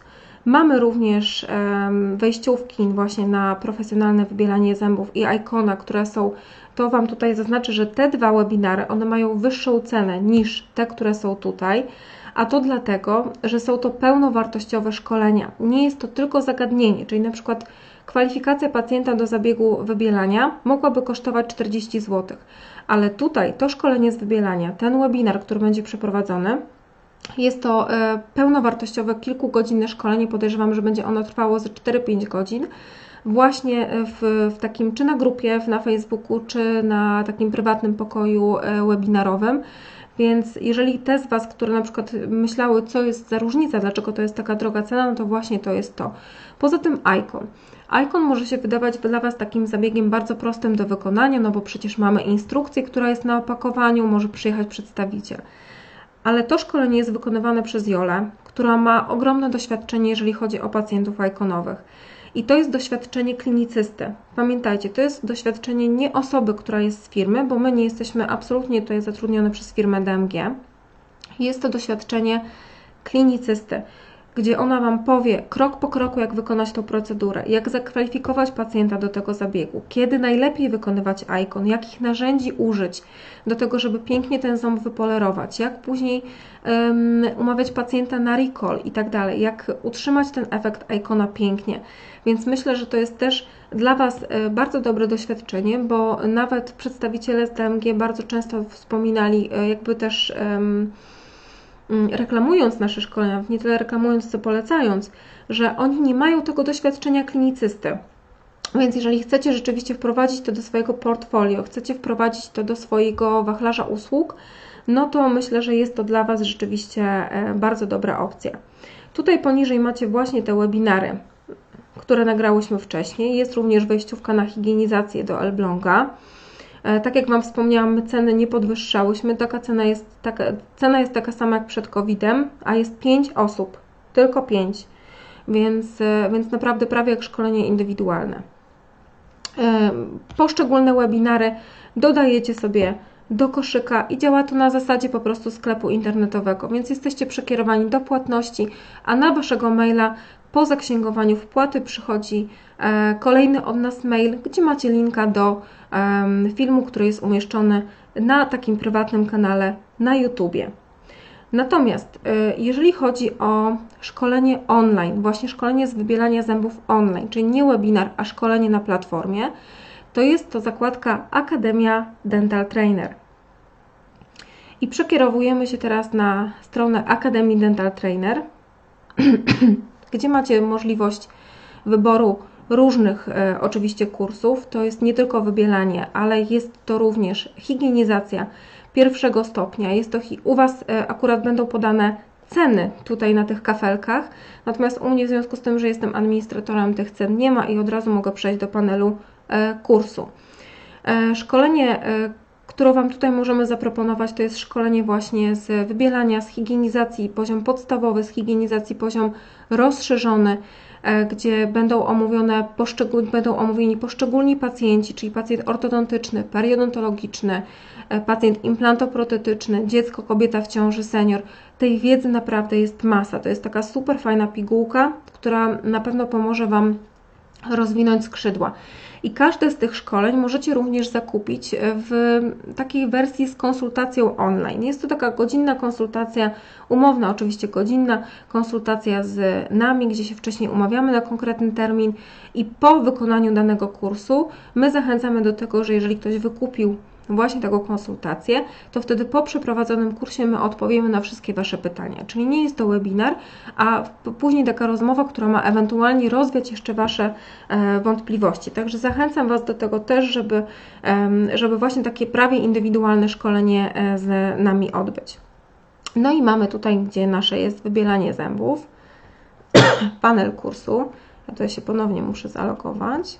Mamy również wejściówki właśnie na profesjonalne wybielanie zębów i Icona, które są, to Wam tutaj zaznaczę, że te dwa webinary, one mają wyższą cenę niż te, które są tutaj, a to dlatego, że są to pełnowartościowe szkolenia. Nie jest to tylko zagadnienie, czyli na przykład kwalifikacja pacjenta do zabiegu wybielania mogłaby kosztować czterdzieści złotych, ale tutaj to szkolenie z wybielania, ten webinar, który będzie przeprowadzony, jest to pełnowartościowe, kilkugodzinne szkolenie. Podejrzewam, że będzie ono trwało ze cztery do pięciu godzin. Właśnie w, w takim, czy na grupie na Facebooku, czy na takim prywatnym pokoju webinarowym. Więc jeżeli te z Was, które na przykład myślały, co jest za różnica, dlaczego to jest taka droga cena, no to właśnie to jest to. Poza tym Icon. Icon może się wydawać dla Was takim zabiegiem bardzo prostym do wykonania, no bo przecież mamy instrukcję, która jest na opakowaniu, może przyjechać przedstawiciel. Ale to szkolenie jest wykonywane przez Jolę, która ma ogromne doświadczenie, jeżeli chodzi o pacjentów Iconowych. I to jest doświadczenie klinicysty. Pamiętajcie, to jest doświadczenie nie osoby, która jest z firmy, bo my nie jesteśmy absolutnie tutaj zatrudnione przez firmę D M G. Jest to doświadczenie klinicysty, gdzie ona Wam powie krok po kroku, jak wykonać tą procedurę, jak zakwalifikować pacjenta do tego zabiegu, kiedy najlepiej wykonywać Icon, jakich narzędzi użyć do tego, żeby pięknie ten ząb wypolerować, jak później um, umawiać pacjenta na recall i tak dalej, jak utrzymać ten efekt Icona pięknie. Więc myślę, że to jest też dla Was bardzo dobre doświadczenie, bo nawet przedstawiciele z D M G bardzo często wspominali, jakby też um, reklamując nasze szkolenia, nie tyle reklamując, co polecając, że oni nie mają tego doświadczenia klinicysty. Więc jeżeli chcecie rzeczywiście wprowadzić to do swojego portfolio, chcecie wprowadzić to do swojego wachlarza usług, no to myślę, że jest to dla Was rzeczywiście bardzo dobra opcja. Tutaj poniżej macie właśnie te webinary, które nagrałyśmy wcześniej. Jest również wejściówka na higienizację do Elbląga. Tak jak Wam wspomniałam, my ceny nie podwyższałyśmy. Taka cena jest taka, cena jest taka sama jak przed kowidem, a jest pięć osób, tylko pięć, więc, więc naprawdę prawie jak szkolenie indywidualne. Poszczególne webinary dodajecie sobie do koszyka i działa to na zasadzie po prostu sklepu internetowego, więc jesteście przekierowani do płatności, a na Waszego maila po zaksięgowaniu wpłaty przychodzi kolejny od nas mail, gdzie macie linka do filmu, który jest umieszczony na takim prywatnym kanale na YouTubie. Natomiast jeżeli chodzi o szkolenie online, właśnie szkolenie z wybielania zębów online, czyli nie webinar, a szkolenie na platformie, to jest to zakładka Akademia Dental Trainer. I przekierowujemy się teraz na stronę Akademii Dental Trainer, gdzie macie możliwość wyboru różnych e, oczywiście kursów. To jest nie tylko wybielanie, ale jest to również higienizacja pierwszego stopnia. Jest to, u Was e, akurat będą podane ceny tutaj na tych kafelkach, natomiast u mnie w związku z tym, że jestem administratorem, tych cen nie ma i od razu mogę przejść do panelu e, kursu. E, szkolenie, e, które Wam tutaj możemy zaproponować, to jest szkolenie właśnie z wybielania, z higienizacji poziom podstawowy, z higienizacji poziom rozszerzony, gdzie będą omówione poszczególni, będą omówieni poszczególni pacjenci, czyli pacjent ortodontyczny, periodontologiczny, pacjent implantoprotetyczny, dziecko, kobieta w ciąży, senior. Tej wiedzy naprawdę jest masa. To jest taka super fajna pigułka, która na pewno pomoże Wam rozwinąć skrzydła. I każde z tych szkoleń możecie również zakupić w takiej wersji z konsultacją online. Jest to taka godzinna konsultacja, umowna oczywiście godzinna konsultacja z nami, gdzie się wcześniej umawiamy na konkretny termin i po wykonaniu danego kursu my zachęcamy do tego, że jeżeli ktoś wykupił właśnie taką konsultację, to wtedy po przeprowadzonym kursie my odpowiemy na wszystkie Wasze pytania. Czyli nie jest to webinar, a później taka rozmowa, która ma ewentualnie rozwiać jeszcze Wasze e, wątpliwości. Także zachęcam Was do tego też, żeby, e, żeby właśnie takie prawie indywidualne szkolenie e, z nami odbyć. No i mamy tutaj, gdzie nasze jest wybielanie zębów, panel kursu. Ja tutaj się ponownie muszę zalogować.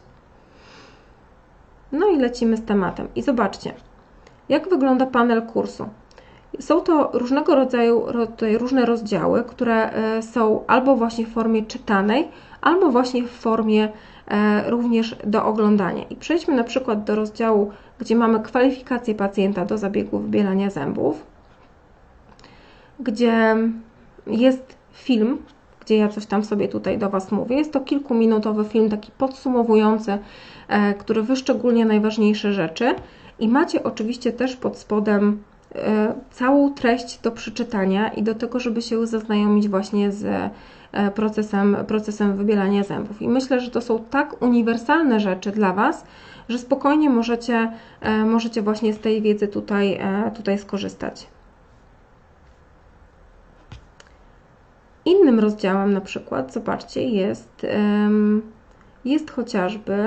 No i lecimy z tematem. I zobaczcie, jak wygląda panel kursu. Są to różnego rodzaju różne rozdziały, które są albo właśnie w formie czytanej, albo właśnie w formie również do oglądania. I przejdźmy na przykład do rozdziału, gdzie mamy kwalifikację pacjenta do zabiegu wybielania zębów, gdzie jest film, gdzie ja coś tam sobie tutaj do Was mówię. Jest to kilkuminutowy film, taki podsumowujący, który wyszczególnia najważniejsze rzeczy. I macie oczywiście też pod spodem całą treść do przeczytania i do tego, żeby się zaznajomić właśnie z procesem, procesem wybielania zębów. I myślę, że to są tak uniwersalne rzeczy dla Was, że spokojnie możecie, możecie właśnie z tej wiedzy tutaj, tutaj skorzystać. Innym rozdziałem na przykład, zobaczcie, jest, jest chociażby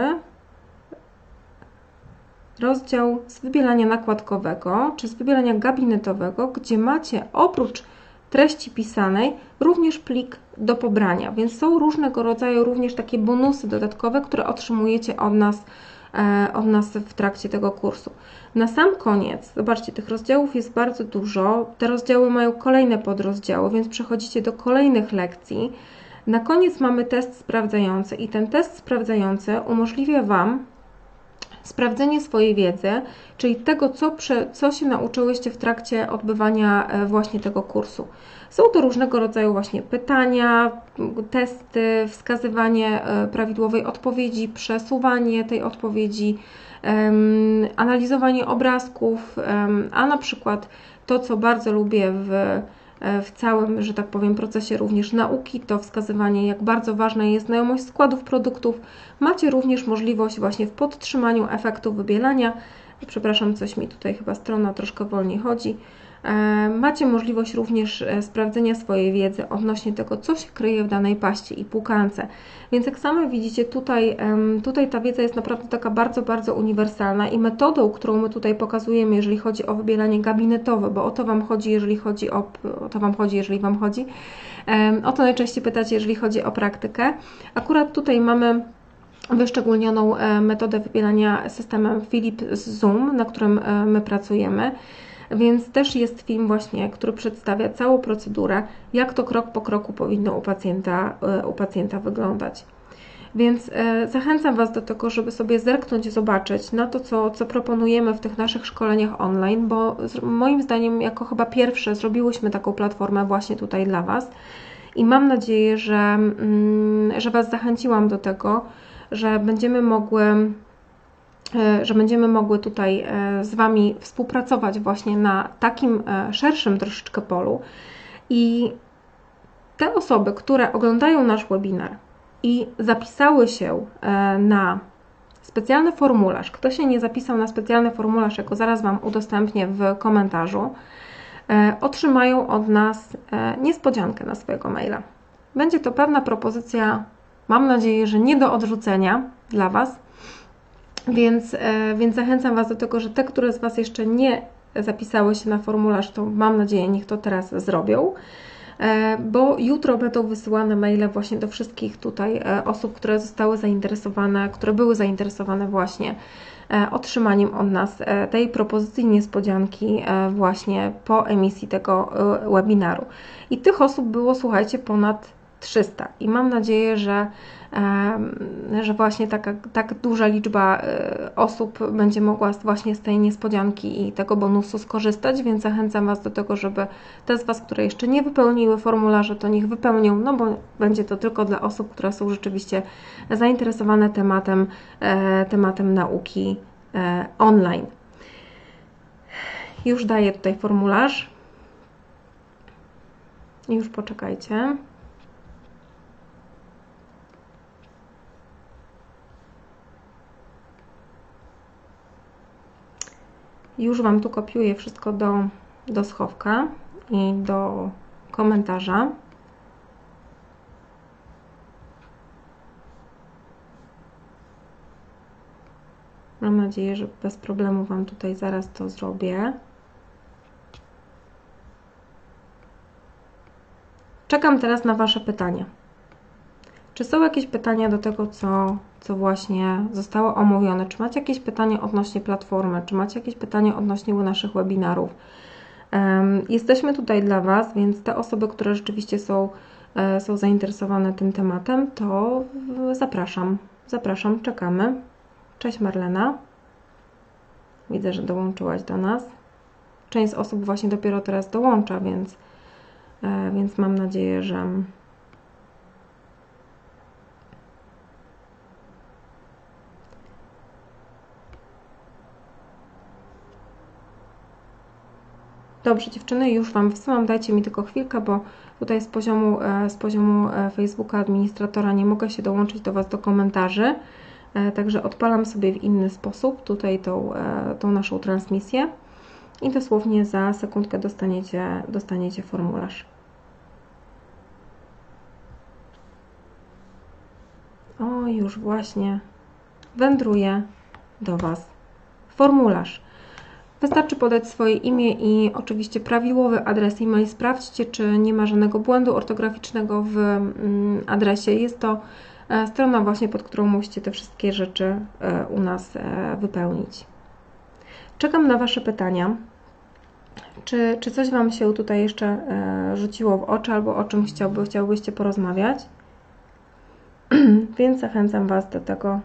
rozdział z wybielania nakładkowego, czy z wybielania gabinetowego, gdzie macie oprócz treści pisanej również plik do pobrania, więc są różnego rodzaju również takie bonusy dodatkowe, które otrzymujecie od nas, od nas w trakcie tego kursu. Na sam koniec, zobaczcie, tych rozdziałów jest bardzo dużo, te rozdziały mają kolejne podrozdziały, więc przechodzicie do kolejnych lekcji. Na koniec mamy test sprawdzający i ten test sprawdzający umożliwia Wam sprawdzenie swojej wiedzy, czyli tego, co, prze, co się nauczyłyście w trakcie odbywania właśnie tego kursu. Są to różnego rodzaju właśnie pytania, testy, wskazywanie prawidłowej odpowiedzi, przesuwanie tej odpowiedzi, um, analizowanie obrazków, um, a na przykład to, co bardzo lubię w w całym, że tak powiem, procesie również nauki, to wskazywanie, jak bardzo ważna jest znajomość składów produktów. Macie również możliwość właśnie w podtrzymaniu efektu wybielania. Przepraszam, coś mi tutaj chyba strona troszkę wolniej chodzi. Macie możliwość również sprawdzenia swojej wiedzy odnośnie tego, co się kryje w danej paście i płukance. Więc jak same widzicie, tutaj, tutaj ta wiedza jest naprawdę taka bardzo, bardzo uniwersalna i metodą, którą my tutaj pokazujemy, jeżeli chodzi o wybielanie gabinetowe, bo o to Wam chodzi, jeżeli chodzi o, o to Wam chodzi, jeżeli Wam chodzi, o to najczęściej pytacie, jeżeli chodzi o praktykę. Akurat tutaj mamy wyszczególnioną metodę wybielania systemem Philips Zoom, na którym my pracujemy. Więc też jest film właśnie, który przedstawia całą procedurę, jak to krok po kroku powinno u pacjenta, u pacjenta wyglądać. Więc zachęcam Was do tego, żeby sobie zerknąć, zobaczyć na to, co, co proponujemy w tych naszych szkoleniach online, bo moim zdaniem jako chyba pierwsze zrobiłyśmy taką platformę właśnie tutaj dla Was i mam nadzieję, że, że Was zachęciłam do tego, że będziemy mogły że będziemy mogły tutaj z Wami współpracować właśnie na takim szerszym troszeczkę polu i te osoby, które oglądają nasz webinar i zapisały się na specjalny formularz, kto się nie zapisał na specjalny formularz, jako zaraz Wam udostępnię w komentarzu, otrzymają od nas niespodziankę na swojego maila. Będzie to pewna propozycja, mam nadzieję, że nie do odrzucenia dla Was. Więc, więc zachęcam Was do tego, że te, które z Was jeszcze nie zapisały się na formularz, to mam nadzieję, niech to teraz zrobią, bo jutro będą wysyłane maile właśnie do wszystkich tutaj osób, które zostały zainteresowane, które były zainteresowane właśnie otrzymaniem od nas tej propozycji niespodzianki właśnie po emisji tego webinaru. I tych osób było, słuchajcie, ponad trzysta i mam nadzieję, że że właśnie taka, tak duża liczba osób będzie mogła właśnie z tej niespodzianki i tego bonusu skorzystać, więc zachęcam Was do tego, żeby te z Was, które jeszcze nie wypełniły formularza, to niech wypełnią, no bo będzie to tylko dla osób, które są rzeczywiście zainteresowane tematem, tematem nauki online. Już daję tutaj formularz. Już poczekajcie. Już Wam tu kopiuję wszystko do, do schowka i do komentarza. Mam nadzieję, że bez problemu Wam tutaj zaraz to zrobię. Czekam teraz na Wasze pytania. Czy są jakieś pytania do tego, co, co właśnie zostało omówione? Czy macie jakieś pytania odnośnie platformy? Czy macie jakieś pytania odnośnie naszych webinarów? Um, jesteśmy tutaj dla Was, więc te osoby, które rzeczywiście są, e, są zainteresowane tym tematem, to zapraszam. Zapraszam, czekamy. Cześć Marlena. Widzę, że dołączyłaś do nas. Część z osób właśnie dopiero teraz dołącza, więc, e, więc mam nadzieję, że... Dobrze dziewczyny, już Wam wysyłam, dajcie mi tylko chwilkę, bo tutaj z poziomu, z poziomu Facebooka administratora nie mogę się dołączyć do Was do komentarzy, także odpalam sobie w inny sposób tutaj tą, tą naszą transmisję i dosłownie za sekundkę dostaniecie, dostaniecie formularz. O, już właśnie wędruje do Was formularz. Wystarczy podać swoje imię i oczywiście prawidłowy adres e-mail. Sprawdźcie, czy nie ma żadnego błędu ortograficznego w adresie. Jest to strona właśnie, pod którą musicie te wszystkie rzeczy u nas wypełnić. Czekam na Wasze pytania. Czy, czy coś Wam się tutaj jeszcze rzuciło w oczy, albo o czym chciałby, chciałbyście porozmawiać? Więc zachęcam Was do tego.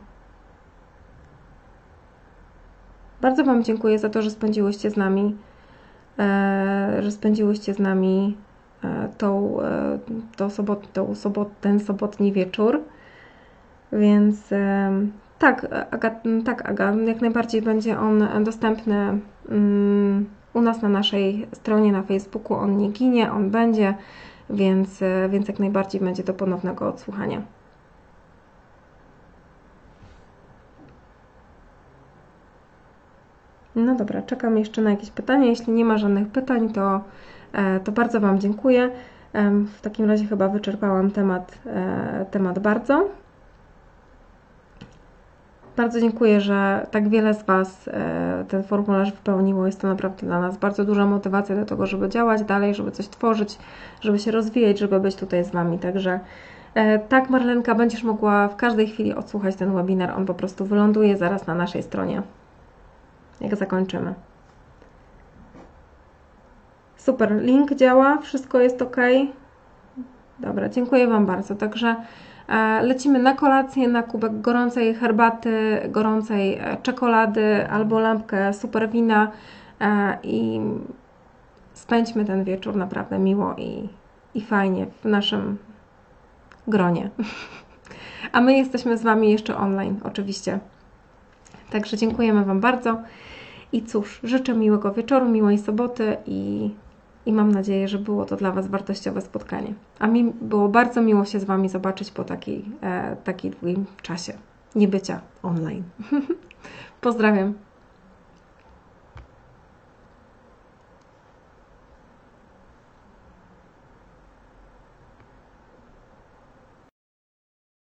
Bardzo Wam dziękuję za to, że spędziłyście z nami, e, że spędziłyście z nami e, tą, e, tą sobot, tą sobot, ten sobotni wieczór. Więc e, tak, Aga, tak, Aga, jak najbardziej będzie on dostępny um, u nas na naszej stronie na Facebooku. On nie ginie, on będzie, więc, e, więc jak najbardziej będzie do ponownego odsłuchania. No dobra, czekam jeszcze na jakieś pytania. Jeśli nie ma żadnych pytań, to, to bardzo Wam dziękuję. W takim razie chyba wyczerpałam temat, temat bardzo. Bardzo dziękuję, że tak wiele z Was ten formularz wypełniło. Jest to naprawdę dla nas bardzo duża motywacja do tego, żeby działać dalej, żeby coś tworzyć, żeby się rozwijać, żeby być tutaj z Wami. Także tak, Marlenka, będziesz mogła w każdej chwili odsłuchać ten webinar. On po prostu wyląduje zaraz na naszej stronie, jak zakończymy. Super, link działa, wszystko jest ok. Dobra, dziękuję Wam bardzo. Także e, lecimy na kolację, na kubek gorącej herbaty, gorącej czekolady albo lampkę super wina e, i spędźmy ten wieczór naprawdę miło i, i fajnie w naszym gronie. A my jesteśmy z Wami jeszcze online, oczywiście. Także dziękujemy Wam bardzo. I cóż, życzę miłego wieczoru, miłej soboty i, i mam nadzieję, że było to dla Was wartościowe spotkanie. A mi było bardzo miło się z Wami zobaczyć po takiej, e, takiej długim czasie niebycia online. Pozdrawiam.